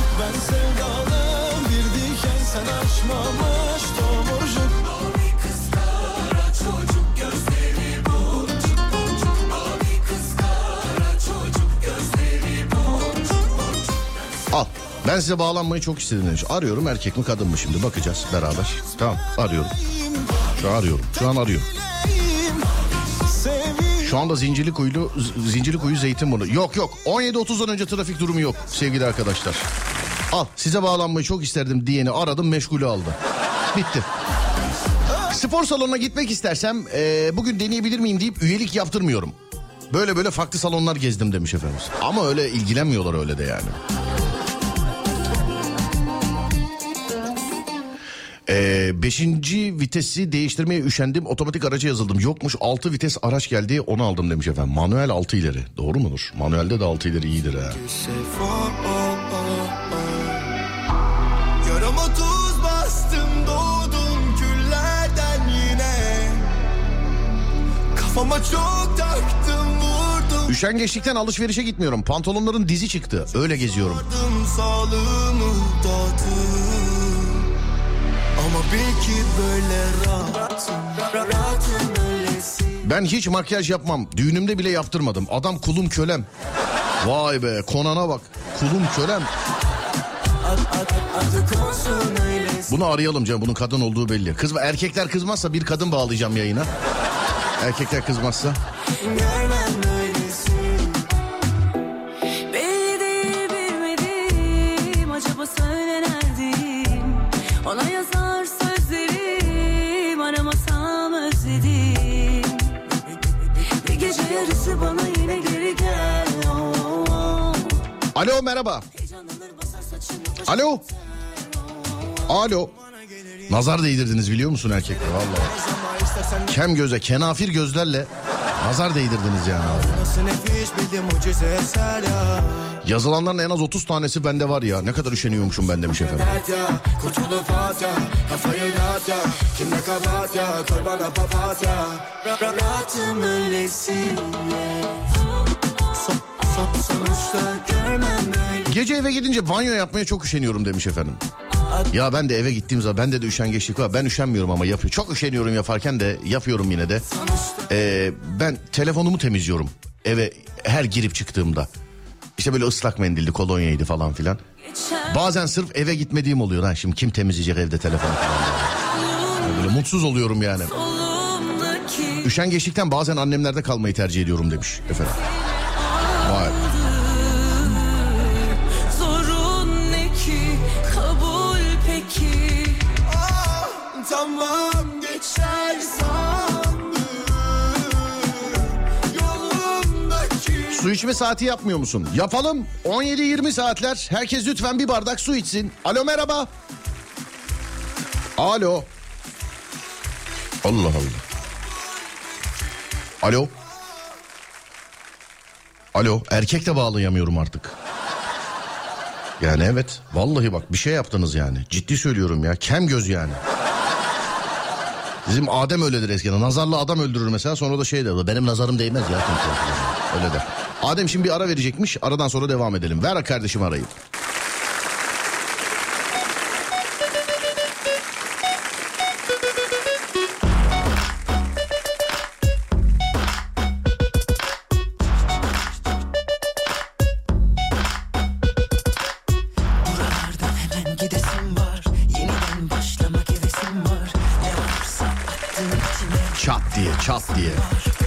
Al. Ben size bağlanmayı çok istedim demiş. Arıyorum, erkek mi kadın mı şimdi bakacağız beraber. Tamam, arıyorum. Şu an arıyorum. Şu an arıyorum. Şu anda Zincirlikuyu Zeytinburnu. Yok 17.30'dan önce trafik durumu yok sevgili arkadaşlar. Al, size bağlanmayı çok isterdim diyeni aradım, meşgulü aldı. Bitti. Spor salonuna gitmek istersem bugün deneyebilir miyim deyip üyelik yaptırmıyorum. Böyle farklı salonlar gezdim demiş efendimiz. Ama öyle ilgilenmiyorlar öyle de yani. 5. vitesi değiştirmeye üşendim, otomatik araca yazıldım. Yokmuş, 6 vites araç geldi, onu aldım demiş efendim. Manuel 6 ileri, doğru mudur? Manuelde de 6 ileri iyidir ha. Yarama tuz bastım, doğdum küllerden yine. Kafama çok taktım, vurdum. Üşengeçlikten alışverişe gitmiyorum. Pantolonların dizi çıktı, öyle geziyorum. Sağlığımı dağıttım. Ama belki böyle rahatım öylesi. Ben hiç makyaj yapmam. Düğünümde bile yaptırmadım. Adam kulum kölem. Vay be, Conan'a bak. Kulum kölem. Bunu arayalım canım. Bunun kadın olduğu belli. Erkekler kızmazsa bir kadın bağlayacağım yayına. Erkekler kızmazsa. Belli değil bilmedim, acaba söylenerdim. Ona yazar sözlerim, aramasam özledim. Bir gece yarısı bana yine geri gel. Alo, merhaba. Alo. Nazar değdirdiniz biliyor musun erkekler, vallahi. Kem göze, kenafir gözlerle nazar değdirdiniz yani. Yazılanların en az 30 tanesi bende var ya. Ne kadar üşeniyormuşum ben demiş efendim. Gece eve gidince banyo yapmaya çok üşeniyorum demiş efendim. Ya ben de eve gittiğim zaman bende de üşengeçlik var. Ben üşenmiyorum ama yapıyorum. Çok üşeniyorum yaparken de yapıyorum yine de. Ben telefonumu temizliyorum eve her girip çıktığımda. İşte böyle ıslak mendildi, kolonyaydı falan filan. Bazen sırf eve gitmediğim oluyor. Ha, şimdi kim temizleyecek evde telefonu falan. Yani böyle mutsuz oluyorum yani. Üşengeçlikten bazen annemlerde kalmayı tercih ediyorum demiş efendim. Vay. Tamam geçer sandım yolumdaki. Su içme saati yapmıyor musun? Yapalım. 17-20 saatler. Herkes lütfen bir bardak su içsin. Alo, merhaba. Alo. Allah Allah. Alo. Alo. Erkek de bağlayamıyorum artık. Yani evet. Vallahi bak bir şey yaptınız yani. Ciddi söylüyorum ya. Kem göz yani. Bizim Adem öyledir eskiden. Nazarla adam öldürür mesela, sonra da şey der. Benim nazarım değmez ya. Öyle der. Adem şimdi bir ara verecekmiş. Aradan sonra devam edelim. Ver kardeşim arayı. Çat diye.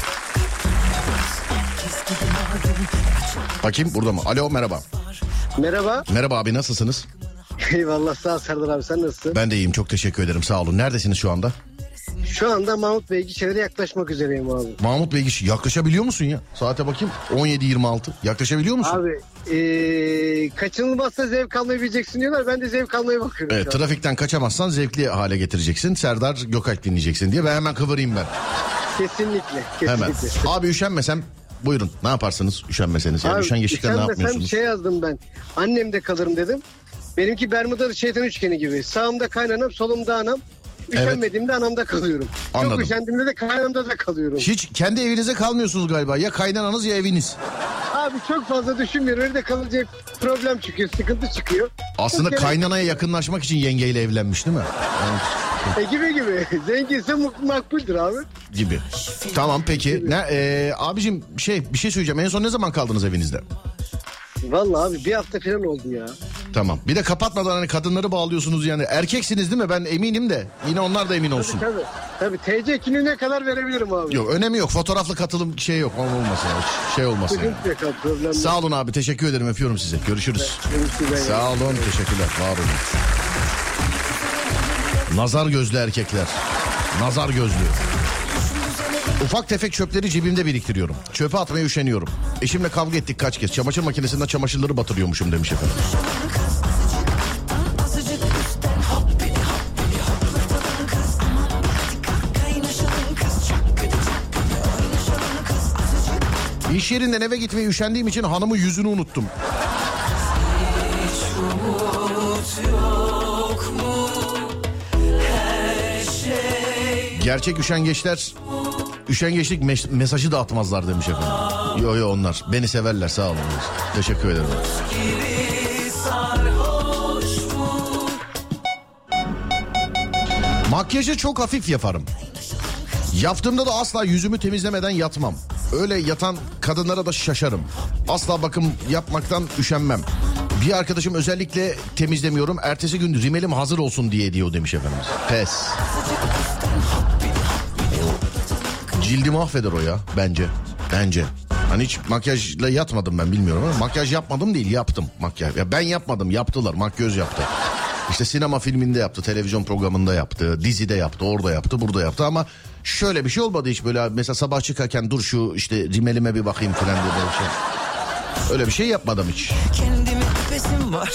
Bakayım burada mı? Alo, merhaba. Merhaba. Merhaba abi, nasılsınız? Eyvallah, sağ ol Serdar abi, sen nasılsın? Ben de iyiyim, çok teşekkür ederim, sağ olun. Neredesiniz şu anda? Şu anda Mahmut Beygiçevre'ye yaklaşmak üzereyim abi. Mahmut Beygiç, yaklaşabiliyor musun ya? Saate bakayım, 17.26. Yaklaşabiliyor musun? Abi kaçınılmazsa zevk almayı bileceksin diyorlar. Ben de zevk almaya bakıyorum. Evet, trafikten kaçamazsan zevkli hale getireceksin. Serdar Gökalp dinleyeceksin diye ve hemen kıvırayım ben. Kesinlikle. Hemen. Abi üşenmesem Buyurun, ne yaparsınız üşenmeseniz? Yani üşengeçlikten ne yapmıyorsunuz? Şey yazdım ben. Annemde kalırım dedim. Benimki Bermuda şeytan üçgeni gibi. Sağımda kaynanam, solumda anam. Üşenmediğimde anamda kalıyorum. Anladım. Çok üşendiğimde de kaynanamda da kalıyorum. Hiç kendi evinize kalmıyorsunuz galiba. Ya kaynananız ya eviniz. Abi çok fazla düşünmüyorum. Öyle kalınca problem çıkıyor, sıkıntı çıkıyor. Aslında kaynanaya yakınlaşmak için yengeyle evlenmiş değil mi? Yani... gibi. Zenginse makbuldür abi. Gibi. Tamam peki. Abicim bir şey söyleyeceğim. En son ne zaman kaldınız evinizde? Vallahi abi bir hafta falan oldu ya. Tamam. Bir de kapatmadan hani kadınları bağlıyorsunuz yani. Erkeksiniz değil mi? Ben eminim de. Yine onlar da emin olsun. Tabii. TC kimliğine kadar verebilirim abi. Yok, önemi yok. Fotoğraflı katılım yok. Olmasın. Olmasın. Yani. Sağ olun abi. Teşekkür ederim. Öpüyorum sizi. Görüşürüz. Sağ olun. Teşekkürler. Var olun. Nazar gözlü erkekler. Nazar gözlü. Ufak tefek çöpleri cebimde biriktiriyorum. Çöpe atmaya üşeniyorum. Eşimle kavga ettik kaç kez. Çamaşır makinesinde çamaşırları batırıyormuşum demiş efendim. İş yerinden eve gitmeye üşendiğim için hanımın yüzünü unuttum. Gerçek üşengeçler üşengeçlik mesajı da atmazlar demiş efendim. Yo onlar beni severler, sağ olun. Teşekkür ederim. Makyajı çok hafif yaparım. Yaptığımda da asla yüzümü temizlemeden yatmam. Öyle yatan kadınlara da şaşarım. Asla bakım yapmaktan üşenmem. Bir arkadaşım özellikle temizlemiyorum. Ertesi gün rimelim hazır olsun diyor demiş efendimiz. Pes. Cildi mahveder o ya bence. Hani hiç makyajla yatmadım ben, bilmiyorum ama makyaj yapmadım değil, yaptım makyaj. Ya ben yapmadım, yaptılar, makyöz yaptı. İşte sinema filminde yaptı, televizyon programında yaptı, dizide yaptı, orada yaptı, burada yaptı ama şöyle bir şey olmadı hiç böyle mesela sabah çıkarken dur şu işte rimelime bir bakayım falan diye böyle şey. Öyle bir şey yapmadım hiç. Kendime nefesim var.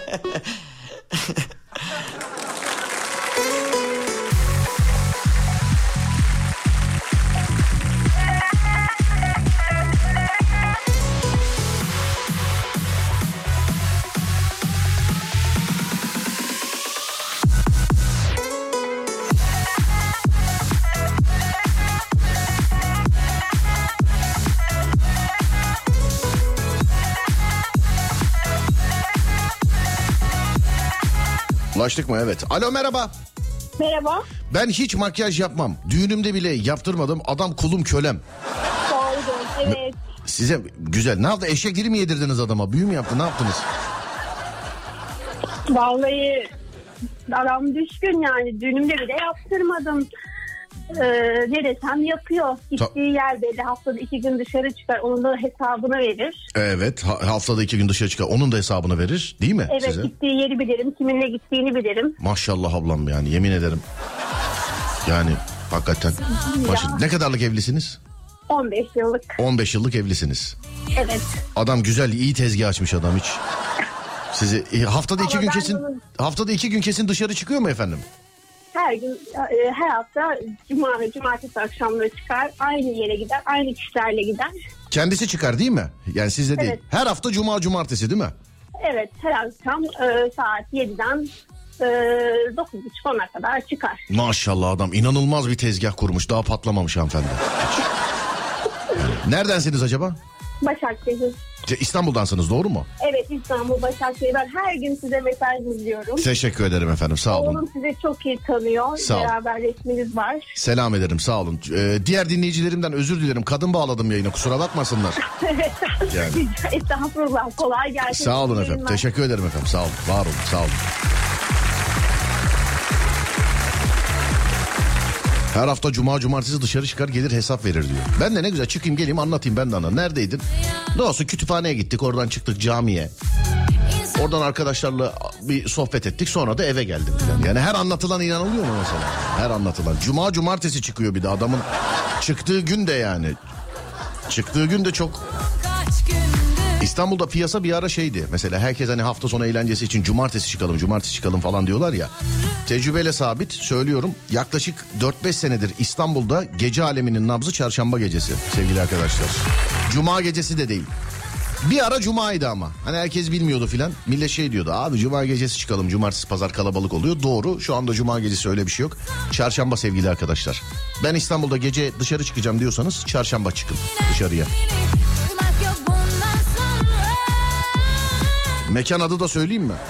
Ulaştık mı? Evet. Alo, merhaba. Merhaba. Ben hiç makyaj yapmam. Düğünümde bile yaptırmadım. Adam kulum kölem. Doğrudur, evet. Size güzel. Ne yaptı? Eşek dili mi yedirdiniz adama? Büyü mü yaptı? Ne yaptınız? Vallahi aram düşkün yani. Düğünümde bile yaptırmadım. Ne desem yapıyor. Gittiği yer belli. Haftada 2 gün dışarı çıkar. Onun da hesabını verir. Evet. Haftada 2 gün dışarı çıkar. Onun da hesabını verir. Değil mi evet, size? gittiği yeri bilirim. Kiminle gittiğini bilirim. Maşallah ablam yani. Yemin ederim. Yani hakikaten. Ne kadarlık evlisiniz? 15 yıllık. 15 yıllık evlisiniz. Evet. Adam güzel, iyi tezgah açmış adam hiç. Sizi haftada 2 gün kesin bunun... haftada 2 gün kesin dışarı çıkıyor mu efendim? Her gün, her hafta cumartesi akşamları çıkar. Aynı yere gider, aynı kişilerle gider. Kendisi çıkar değil mi? Yani sizde değil. Her hafta cumartesi değil mi? Evet, her akşam saat 7'den 9.30-10'a kadar çıkar. Maşallah adam inanılmaz bir tezgah kurmuş. Daha patlamamış hanımefendi. Neredensiniz acaba? Başakşehir. İstanbul'dansınız, doğru mu? Evet, İstanbul, Başakşehir. Ben her gün size mesaj yazıyorum. Teşekkür ederim efendim, sağ olun. Oğlum sizi çok iyi tanıyor. Sağ olun. Beraber resminiz var. Selam ederim, sağ olun. Diğer dinleyicilerimden özür dilerim. Kadın bağladım yayına, kusura bakmasınlar. Yani. Estağfurullah, kolay gelsin. Sağ olun efendim, teşekkür ederim efendim, sağ olun. Var olun, sağ olun. Her hafta cumartesi dışarı çıkar gelir hesap verir diyor. Ben de ne güzel çıkayım geleyim anlatayım ben de ana. Neredeydin? Ne olsun, kütüphaneye gittik, oradan çıktık camiye. Oradan arkadaşlarla bir sohbet ettik, sonra da eve geldim falan. Yani her anlatılan inanılıyor mu mesela? Her anlatılan. Cumartesi çıkıyor bir de adamın çıktığı gün de yani. Çıktığı gün de çok İstanbul'da piyasa bir ara şeydi. Mesela herkes hani hafta sonu eğlencesi için cumartesi çıkalım falan diyorlar ya. Tecrübeyle sabit söylüyorum. Yaklaşık 4-5 senedir İstanbul'da gece aleminin nabzı çarşamba gecesi sevgili arkadaşlar. Cuma gecesi de değil. Bir ara cumaydı ama. Hani herkes bilmiyordu filan. Millet şey diyordu. Abi cuma gecesi çıkalım. Cumartesi pazar kalabalık oluyor. Doğru. Şu anda cuma gecesi öyle bir şey yok. Çarşamba sevgili arkadaşlar. Ben İstanbul'da gece dışarı çıkacağım diyorsanız çarşamba çıkın dışarıya. Mekan adı da söyleyeyim mi?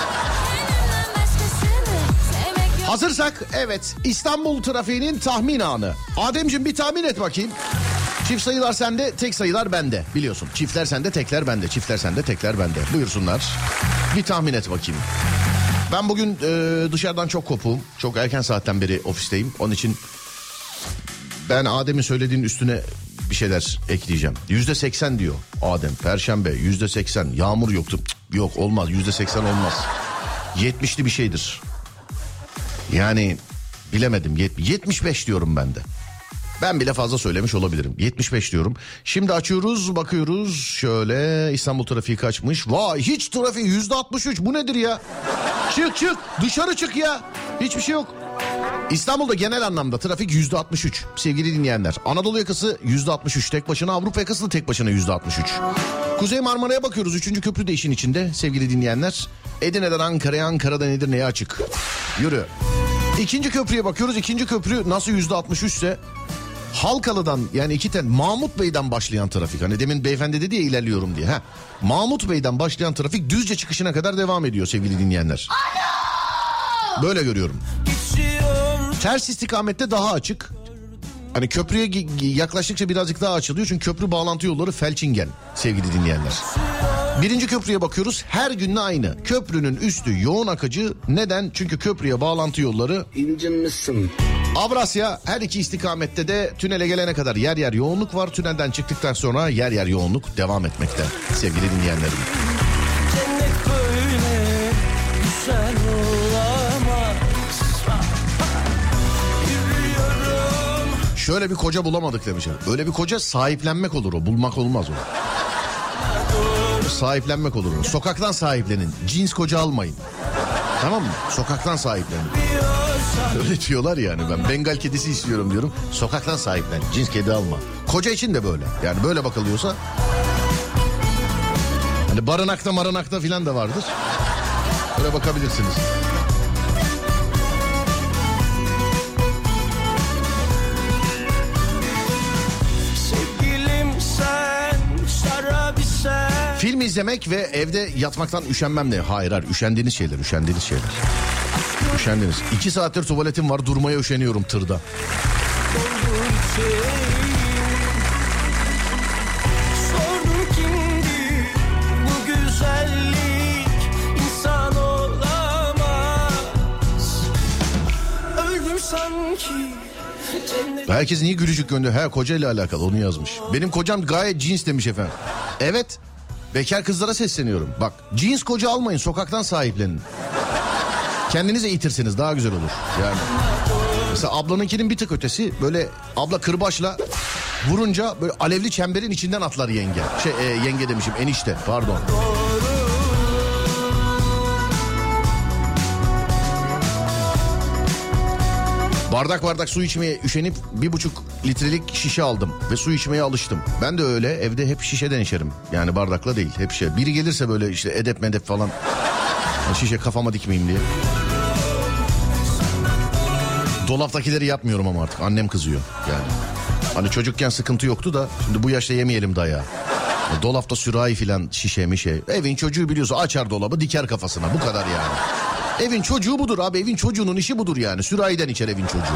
Hazırsak evet, İstanbul trafiğinin tahmin anı. Ademciğim bir tahmin et bakayım. Çift sayılar sende, tek sayılar bende. Biliyorsun çiftler sende, tekler bende. Çiftler sende, tekler bende. Buyursunlar. Bir tahmin et bakayım. Ben bugün dışarıdan çok kopuğum. Çok erken saatten beri ofisteyim. Onun için ben Adem'in söylediğinin üstüne bir şeyler ekleyeceğim. %80 diyor Adem. Perşembe %80. Yağmur yoktu. Yok olmaz, %80 olmaz. 70'li bir şeydir. Yani bilemedim. 75 diyorum ben de. Ben bile fazla söylemiş olabilirim. 75 diyorum. Şimdi açıyoruz, bakıyoruz. Şöyle İstanbul trafiği kaçmış. Vay, hiç trafik %63. Bu nedir ya? Çık dışarı çık ya. Hiçbir şey yok. İstanbul'da genel anlamda trafik %63 sevgili dinleyenler. Anadolu yakası %63 tek başına, Avrupa yakası da tek başına %63. Kuzey Marmara'ya bakıyoruz, 3. köprü de işin içinde sevgili dinleyenler. Edirne'den Ankara'ya, Ankara'dan Edirne'ye açık. Yürü. 2. köprüye bakıyoruz, 2. köprü nasıl %63 ise Halkalı'dan, yani 2 tane Mahmut Bey'den başlayan trafik. Hani demin beyefendi dedi ya ilerliyorum diye. Mahmut Bey'den başlayan trafik Düzce çıkışına kadar devam ediyor sevgili dinleyenler. Böyle görüyorum. Ters istikamette daha açık. Hani köprüye yaklaştıkça birazcık daha açılıyor. Çünkü köprü bağlantı yolları Felçingen sevgili dinleyenler. 1. köprüye bakıyoruz, her gün aynı. Köprünün üstü yoğun akıcı. Neden? Çünkü köprüye bağlantı yolları incinmişsin. Avrasya, her iki istikamette de tünele gelene kadar yer yer yoğunluk var. Tünelden çıktıktan sonra yer yer yoğunluk devam etmekte sevgili dinleyenlerim. Cennet böyle güzel olamaz. Şöyle bir koca bulamadık demişler. Öyle bir koca sahiplenmek olur o, bulmak olmaz o. Sahiplenmek olur o. Sokaktan sahiplenin. Cins koca almayın. Tamam mı? Sokaktan sahiplenin. Öyle diyorlar yani, ben Bengal kedisi istiyorum diyorum. Sokaktan sahiplen. Cins kedi alma. Koca için de böyle. Yani böyle bakılıyorsa. Hani barınakta filan da vardır. Böyle bakabilirsiniz. Film izlemek ve evde yatmaktan üşenmem de. Hayır, üşendiğiniz şeyler. 2 saattir tuvaletim var, durmaya üşeniyorum tırda. Herkes niye gülücük gönderiyor? Kocayla alakalı onu yazmış. Benim kocam gayet cins demiş efendim. Evet. Bekar kızlara sesleniyorum. Bak, cins koca almayın, sokaktan sahiplenin. Kendiniz eğitirseniz daha güzel olur. Yani mesela ablanınkinin bir tık ötesi, böyle abla kırbaçla vurunca böyle alevli çemberin içinden atlar yenge. Yenge demişim, enişte pardon. Bardak su içmeye üşenip 1,5 litrelik şişe aldım ve su içmeye alıştım. Ben de öyle evde hep şişeden içerim. Yani bardakla değil, hep şişe. Biri gelirse böyle işte edep medep falan, şişe kafama dikmeyeyim diye. Dolaptakileri yapmıyorum ama artık annem kızıyor yani. Hani çocukken sıkıntı yoktu da şimdi bu yaşta yemeyelim dayağı. Dolapta sürahi filan, şişe mişe. Evin çocuğu biliyorsun, açar dolabı diker kafasına, bu kadar yani. Evin çocuğu budur abi, evin çocuğunun işi budur yani. Sürahiden içer evin çocuğu.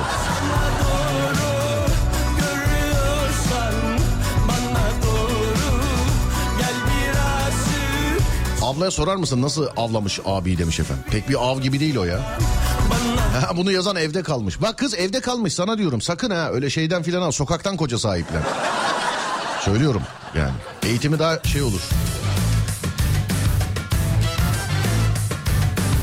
Ablaya sorar mısın nasıl avlamış abi demiş efendim. Pek bir av gibi değil o ya. Bunu yazan evde kalmış. Bak kız evde kalmış, sana diyorum sakın öyle şeyden filan al, sokaktan koca sahiplen. Söylüyorum yani, eğitimi daha şey olur.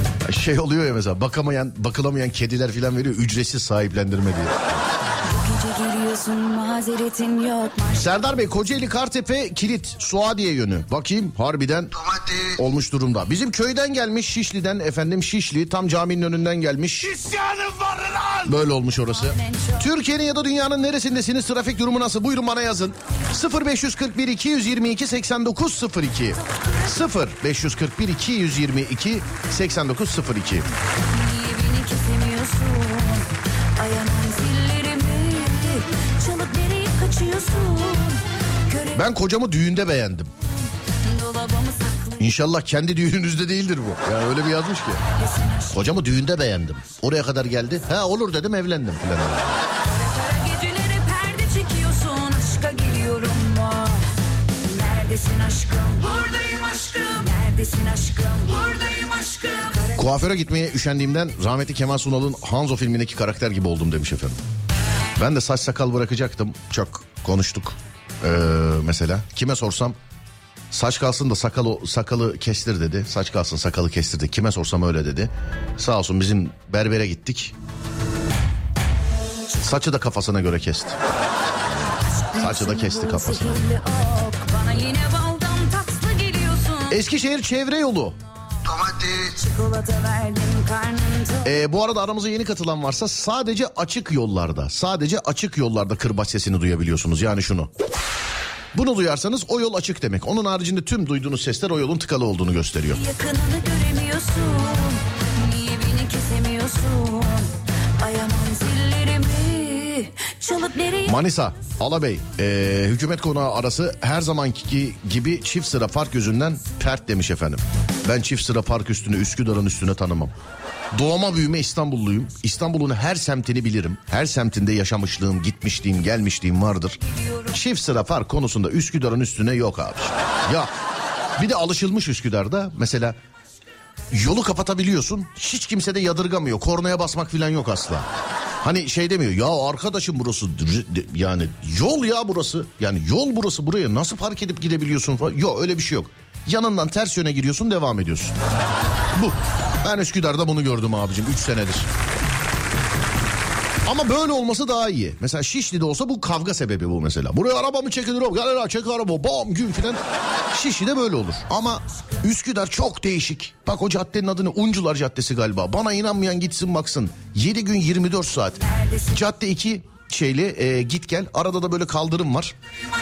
Oluyor ya mesela, bakılamayan kediler filan veriyor, ücretsiz sahiplendirme diye. geliyorsun mazeretin yok. Serdar Bey, Kocaeli Kartepe Kilit Suadiye yönü. Bakayım harbiden olmuş durumda. Bizim köyden gelmiş, Şişli'den efendim, Şişli tam caminin önünden gelmiş. Böyle olmuş orası. Türkiye'nin ya da dünyanın neresindesiniz? Trafik durumu nasıl? Buyurun bana yazın. 0541 222 8902 0541 222 8902. Niye beni kesemiyorsun? Ayağımın zillerimi çalıp nereye kaçıyorsun? Ben kocamı düğünde beğendim. Dolabımı saklı. İnşallah kendi düğününüzde değildir bu. Yani öyle bir yazmış ki. Kocamı düğünde beğendim. Oraya kadar geldi. Ha olur dedim, evlendim falan. Geceleri perde çekiyorsun. Aşka geliyorum mu? Neredesin aşkım? Buradayım aşkım. Neredesin aşkım? Buradayım aşkım. Kuaföre gitmeye üşendiğimden rahmetli Kemal Sunal'ın Hanzo filmindeki karakter gibi oldum demiş efendim. Ben de saç sakal bırakacaktım. Çok konuştuk. Mesela kime sorsam saç kalsın da sakalı kestir dedi. Saç kalsın sakalı kestir dedi. Kime sorsam öyle dedi. Sağ olsun bizim berbere gittik. Saçı da kafasına göre kesti. Saçı da kesti kafasına. Bana yine baldan tatlı geliyorsun. Eskişehir çevre yolu. Çikolata verdim karnın. Bu arada aramıza yeni katılan varsa sadece açık yollarda kırbaç sesini duyabiliyorsunuz. Yani şunu. Bunu duyarsanız o yol açık demek. Onun haricinde tüm duyduğunuz sesler o yolun tıkalı olduğunu gösteriyor. Yakınını göremiyorsun. Niye beni kesemiyorsun? Ayağımın zillerimi çalıp nereye... Manisa, Alabey, hükümet konağı arası her zamanki gibi çift sıra park yüzünden pert demiş efendim. Ben çift sıra park üstünü Üsküdar'ın üstüne tanımam. Doğma büyüme İstanbulluyum. İstanbul'un her semtini bilirim. Her semtinde yaşamışlığım, gitmişliğim, gelmişliğim vardır. Çift sıra park konusunda Üsküdar'ın üstüne yok abi. Ya bir de alışılmış Üsküdar'da mesela yolu kapatabiliyorsun. Hiç kimse de yadırgamıyor. Kornaya basmak falan yok asla. Hani şey demiyor ya arkadaşım burası yani yol ya burası. Yani yol burası, buraya nasıl park edip gidebiliyorsun falan. Yok öyle bir şey yok. Yanından ters yöne giriyorsun, devam ediyorsun. Bu. Ben Üsküdar'da bunu gördüm abicim 3 senedir. Ama böyle olması daha iyi. Mesela Şişli'de olsa bu kavga sebebi bu mesela. Buraya araba mı çekilir? Gel çek araba bam gün filan. Şişli'de böyle olur. Ama Üsküdar çok değişik. Bak o caddenin adını Uncular Caddesi galiba. Bana inanmayan gitsin baksın. 7 gün 24 saat. Cadde 2 git gel. Arada da böyle kaldırım var.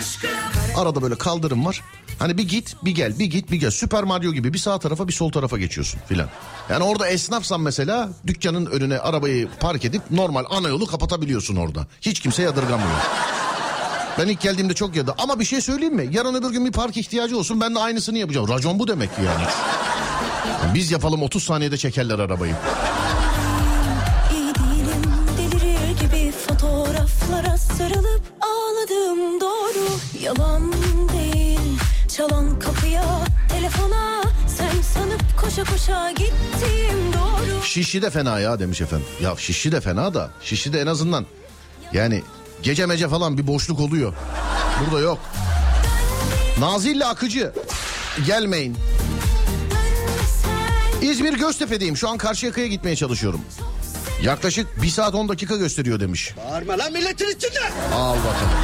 Hani bir git bir gel, bir git bir gel. Süper Mario gibi bir sağ tarafa bir sol tarafa geçiyorsun filan. Yani orada esnafsan mesela dükkanın önüne arabayı park edip normal ana yolu kapatabiliyorsun orada. Hiç kimse yadırgamıyor. Ben ilk geldiğimde çok yadı. Ama bir şey söyleyeyim mi? Yarın öbür gün bir park ihtiyacı olsun, ben de aynısını yapacağım. Racon bu demek ki yani. Biz yapalım 30 saniyede çekerler arabayı. İyi değilim, delirir gibi fotoğraflara sarılıp ağladım doğru. Yalan değil, çalan kapıya, telefona sen sanıp koşa koşa gittim doğru. Şişli de fena ya demiş efendim. Ya Şişli de fena da Şişli de en azından yani gece mece falan bir boşluk oluyor. Burada yok. Nazilli Akıcı gelmeyin. İzmir Göztepe'deyim. Şu an Karşıyaka'ya gitmeye çalışıyorum. Yaklaşık 1 saat 10 dakika gösteriyor demiş. Bağırma lan milletin içinde. Al bakalım.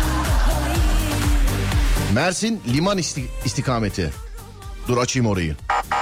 Mersin Liman istikameti. Dur açayım orayı.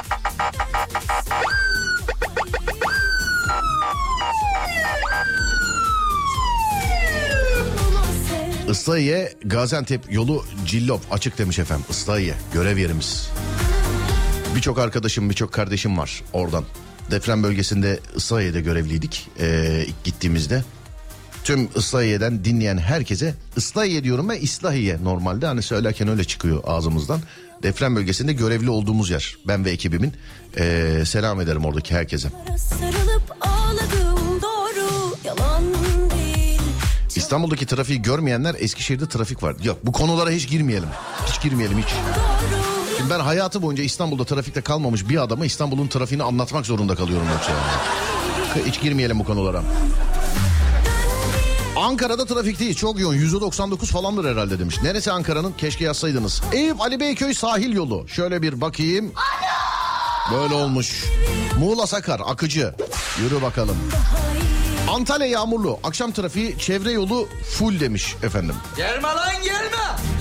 Islahiye Gaziantep yolu Cillop açık demiş efendim. Islahiye görev yerimiz. Birçok arkadaşım, birçok kardeşim var oradan. Deprem bölgesinde Islahiye'de görevliydik ilk gittiğimizde. Tüm Islahiye'den dinleyen herkese Islahiye diyorum ve İslahiye normalde hani söylerken öyle çıkıyor ağzımızdan. Deprem bölgesinde görevli olduğumuz yer. Ben ve ekibimin selam ederim oradaki herkese. İstanbul'daki trafiği görmeyenler Eskişehir'de trafik var. Yok bu konulara hiç girmeyelim. Hiç. Şimdi ben hayatı boyunca İstanbul'da trafikte kalmamış bir adama İstanbul'un trafiğini anlatmak zorunda kalıyorum yoksa yani. Hiç girmeyelim bu konulara. Ankara'da trafikteyiz. Çok yoğun. %99 falandır herhalde demiş. Neresi Ankara'nın? Keşke yazsaydınız. Eyüp Ali Beyköy sahil yolu. Şöyle bir bakayım. Böyle olmuş. Muğla Sakar Akıcı. Yürü bakalım. Antalya yağmurlu. Akşam trafiği, çevre yolu full demiş efendim. Gelme lan gelme.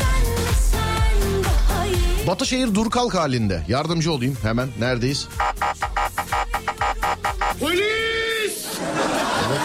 Batışehir dur kalk halinde. Yardımcı olayım hemen. Neredeyiz? Polis! Evet.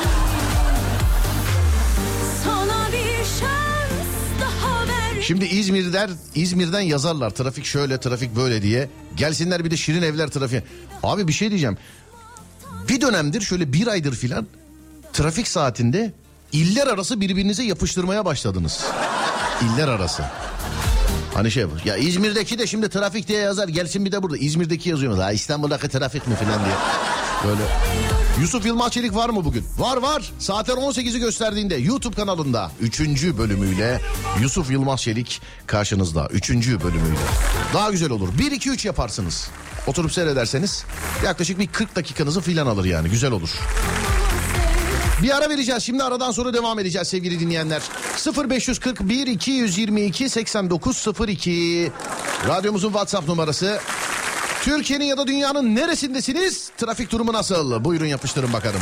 Sana bir şans daha ver. Şimdi İzmir'den yazarlar. Trafik şöyle, trafik böyle diye. Gelsinler bir de Şirin Evler trafiği. Abi bir şey diyeceğim. Bir dönemdir şöyle bir aydır filan trafik saatinde iller arası birbirinize yapıştırmaya başladınız. İller arası. Hani şey yapıyor. Ya İzmir'deki de şimdi trafik diye yazar. Gelsin bir de burada. İzmir'deki yazıyor. Ha İstanbul'daki trafik mi filan diye. Böyle. Yusuf Yılmaz Çelik var mı bugün? Var. Saatler 18'i gösterdiğinde YouTube kanalında 3. bölümüyle Yusuf Yılmaz Çelik karşınızda. 3. bölümüyle. Daha güzel olur. 1-2-3 yaparsınız. Oturup seyrederseniz yaklaşık bir 40 dakikanızı filan alır yani. Güzel olur. Bir ara vereceğiz. Şimdi aradan sonra devam edeceğiz sevgili dinleyenler. 0541 222 8902 radyomuzun WhatsApp numarası. Türkiye'nin ya da dünyanın neresindesiniz? Trafik durumu nasıl? Buyurun yapıştırın bakalım.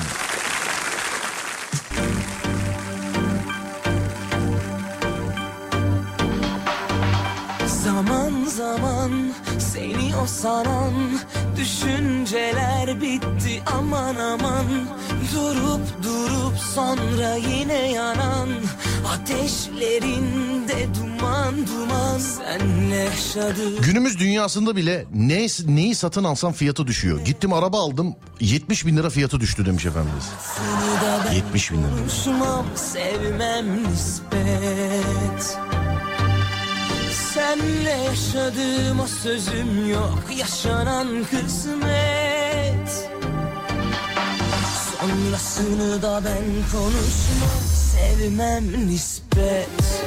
Zaman zaman seni o saran düşünceler bitti aman aman. Durup sonra yine yanan ateşlerinde duman senle yaşadım. Günümüz dünyasında bile neyi satın alsam fiyatı düşüyor. Gittim araba aldım 70 bin lira fiyatı düştü demiş efendimiz. 70 bin lira. Konuşmam, sevmem nispet. Senle yaşadığım o sözüm yok, yaşanan kısmet. Sonrasını da ben konuşmam, sevmem nispet.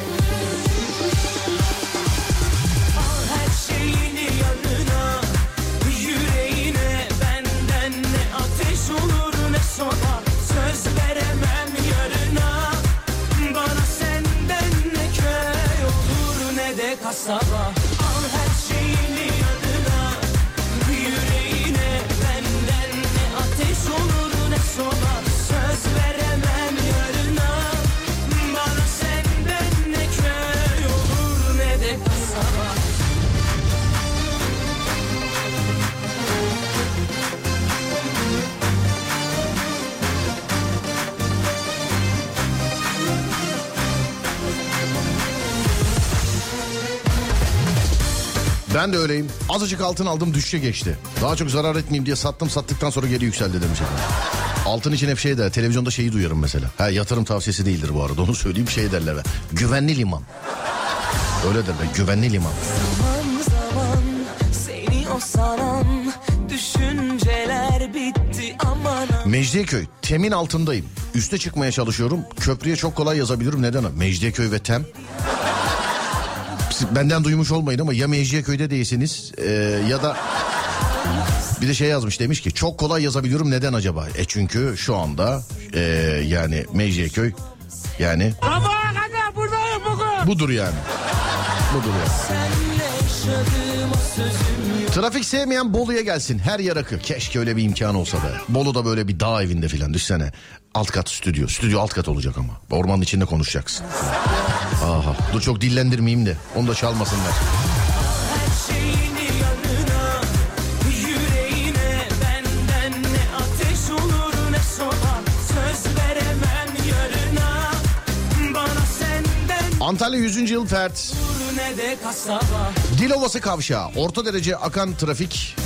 Al her şeyini yanına, yüreğine, benden ne ateş olur ne soba. Söz veremem yarına, bana senden ne köy olur ne de kasaba. Al her şeyini yanına, yüreğine, benden ne ateş olur ne soba. Söz veremem yarına, bana senden ne köy olur ne de kasaba. Ben de öyleyim. Azıcık altın aldım düşüşe geçti. Daha çok zarar etmeyeyim diye sattım, sattıktan sonra geri yükseldi demiş efendim. Altın için hep şey der, televizyonda şeyi duyarım mesela. Yatırım tavsiyesi değildir bu arada, onu söyleyeyim, şey derler be. Güvenli liman. Öyle derler, güvenli liman. Zaman seni o saran düşünceler bitti aman. Mecidiyeköy, Tem'in altındayım. Üste çıkmaya çalışıyorum. Köprüye çok kolay yazabilirim. Neden? Mecidiyeköy ve Tem. Benden duymuş olmayın ama ya Mecidiyeköy'de değilsiniz ya da bir de şey yazmış, demiş ki çok kolay yazabiliyorum, neden acaba? Çünkü şu anda yani Mecidiyeköy yani budur yani. Budur yani. Trafik sevmeyen Bolu'ya gelsin. Her yer akı. Keşke öyle bir imkan olsa da. Bolu'da böyle bir dağ evinde filan düşsene. Alt kat stüdyo. Stüdyo alt kat olacak ama. Ormanın içinde konuşacaksın. Aha. Dur çok dillendirmeyeyim de. Onu da çalmasınlar. Antalya 100. yıl Fert. Dilovası kavşağı. Orta derece akan trafik.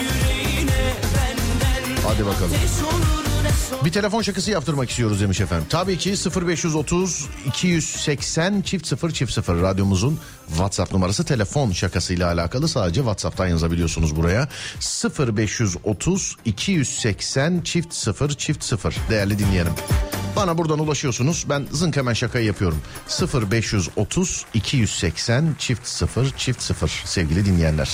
Hadi bakalım. Bir telefon şakası yaptırmak istiyoruz demiş efendim. Tabii ki 0530 280 0000 radyomuzun WhatsApp numarası. Telefon şakasıyla alakalı sadece WhatsApp'tan yazabiliyorsunuz buraya. 0530 280 0000 değerli dinleyelim. Bana buradan ulaşıyorsunuz. Ben zınk hemen şakayı yapıyorum. 0530 280 0000 sevgili dinleyenler.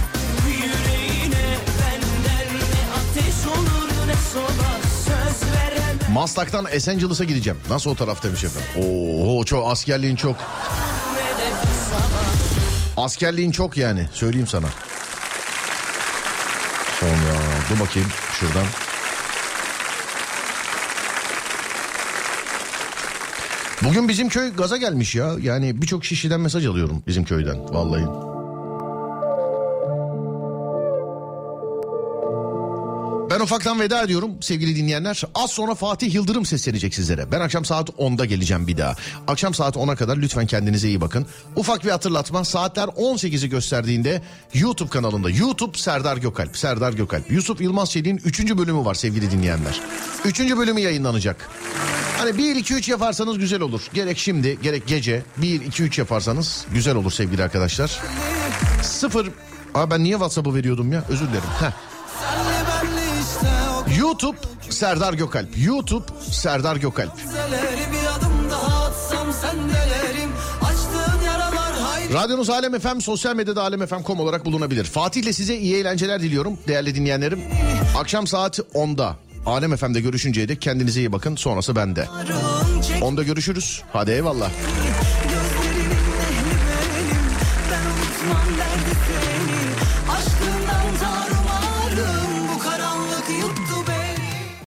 Söz ver Maslak'tan Esencilis'e gideceğim. Nasıl o taraftaymış efendim? Oo, çok askerliğin çok. Askerliğin çok yani, söyleyeyim sana. Sonra dur bakayım şuradan. Bugün bizim köy gaza gelmiş ya. Yani birçok kişiden mesaj alıyorum bizim köyden vallahi. Ben ufaktan veda ediyorum sevgili dinleyenler. Az sonra Fatih Yıldırım seslenecek sizlere. Ben akşam saat 10'da geleceğim bir daha. Akşam saat 10'a kadar lütfen kendinize iyi bakın. Ufak bir hatırlatma, saatler 18'i gösterdiğinde YouTube kanalında, YouTube Serdar Gökalp. Serdar Gökalp. Yusuf Yılmaz Çelik'in 3. bölümü var sevgili dinleyenler. 3. bölümü yayınlanacak. Hani 1-2-3 yaparsanız güzel olur. Gerek şimdi gerek gece 1-2-3 yaparsanız güzel olur sevgili arkadaşlar. 0... ben niye WhatsApp'ı veriyordum ya? Özür dilerim. YouTube Serdar Gökalp. YouTube Serdar Gökalp. Radyonuz Alem FM, sosyal medyada alemfm.com olarak bulunabilir. Fatih'le size iyi eğlenceler diliyorum değerli dinleyenlerim. Akşam saat 10'da Alem FM'de görüşünceye dek kendinize iyi bakın. Sonrası bende. 10'da görüşürüz. Hadi eyvallah.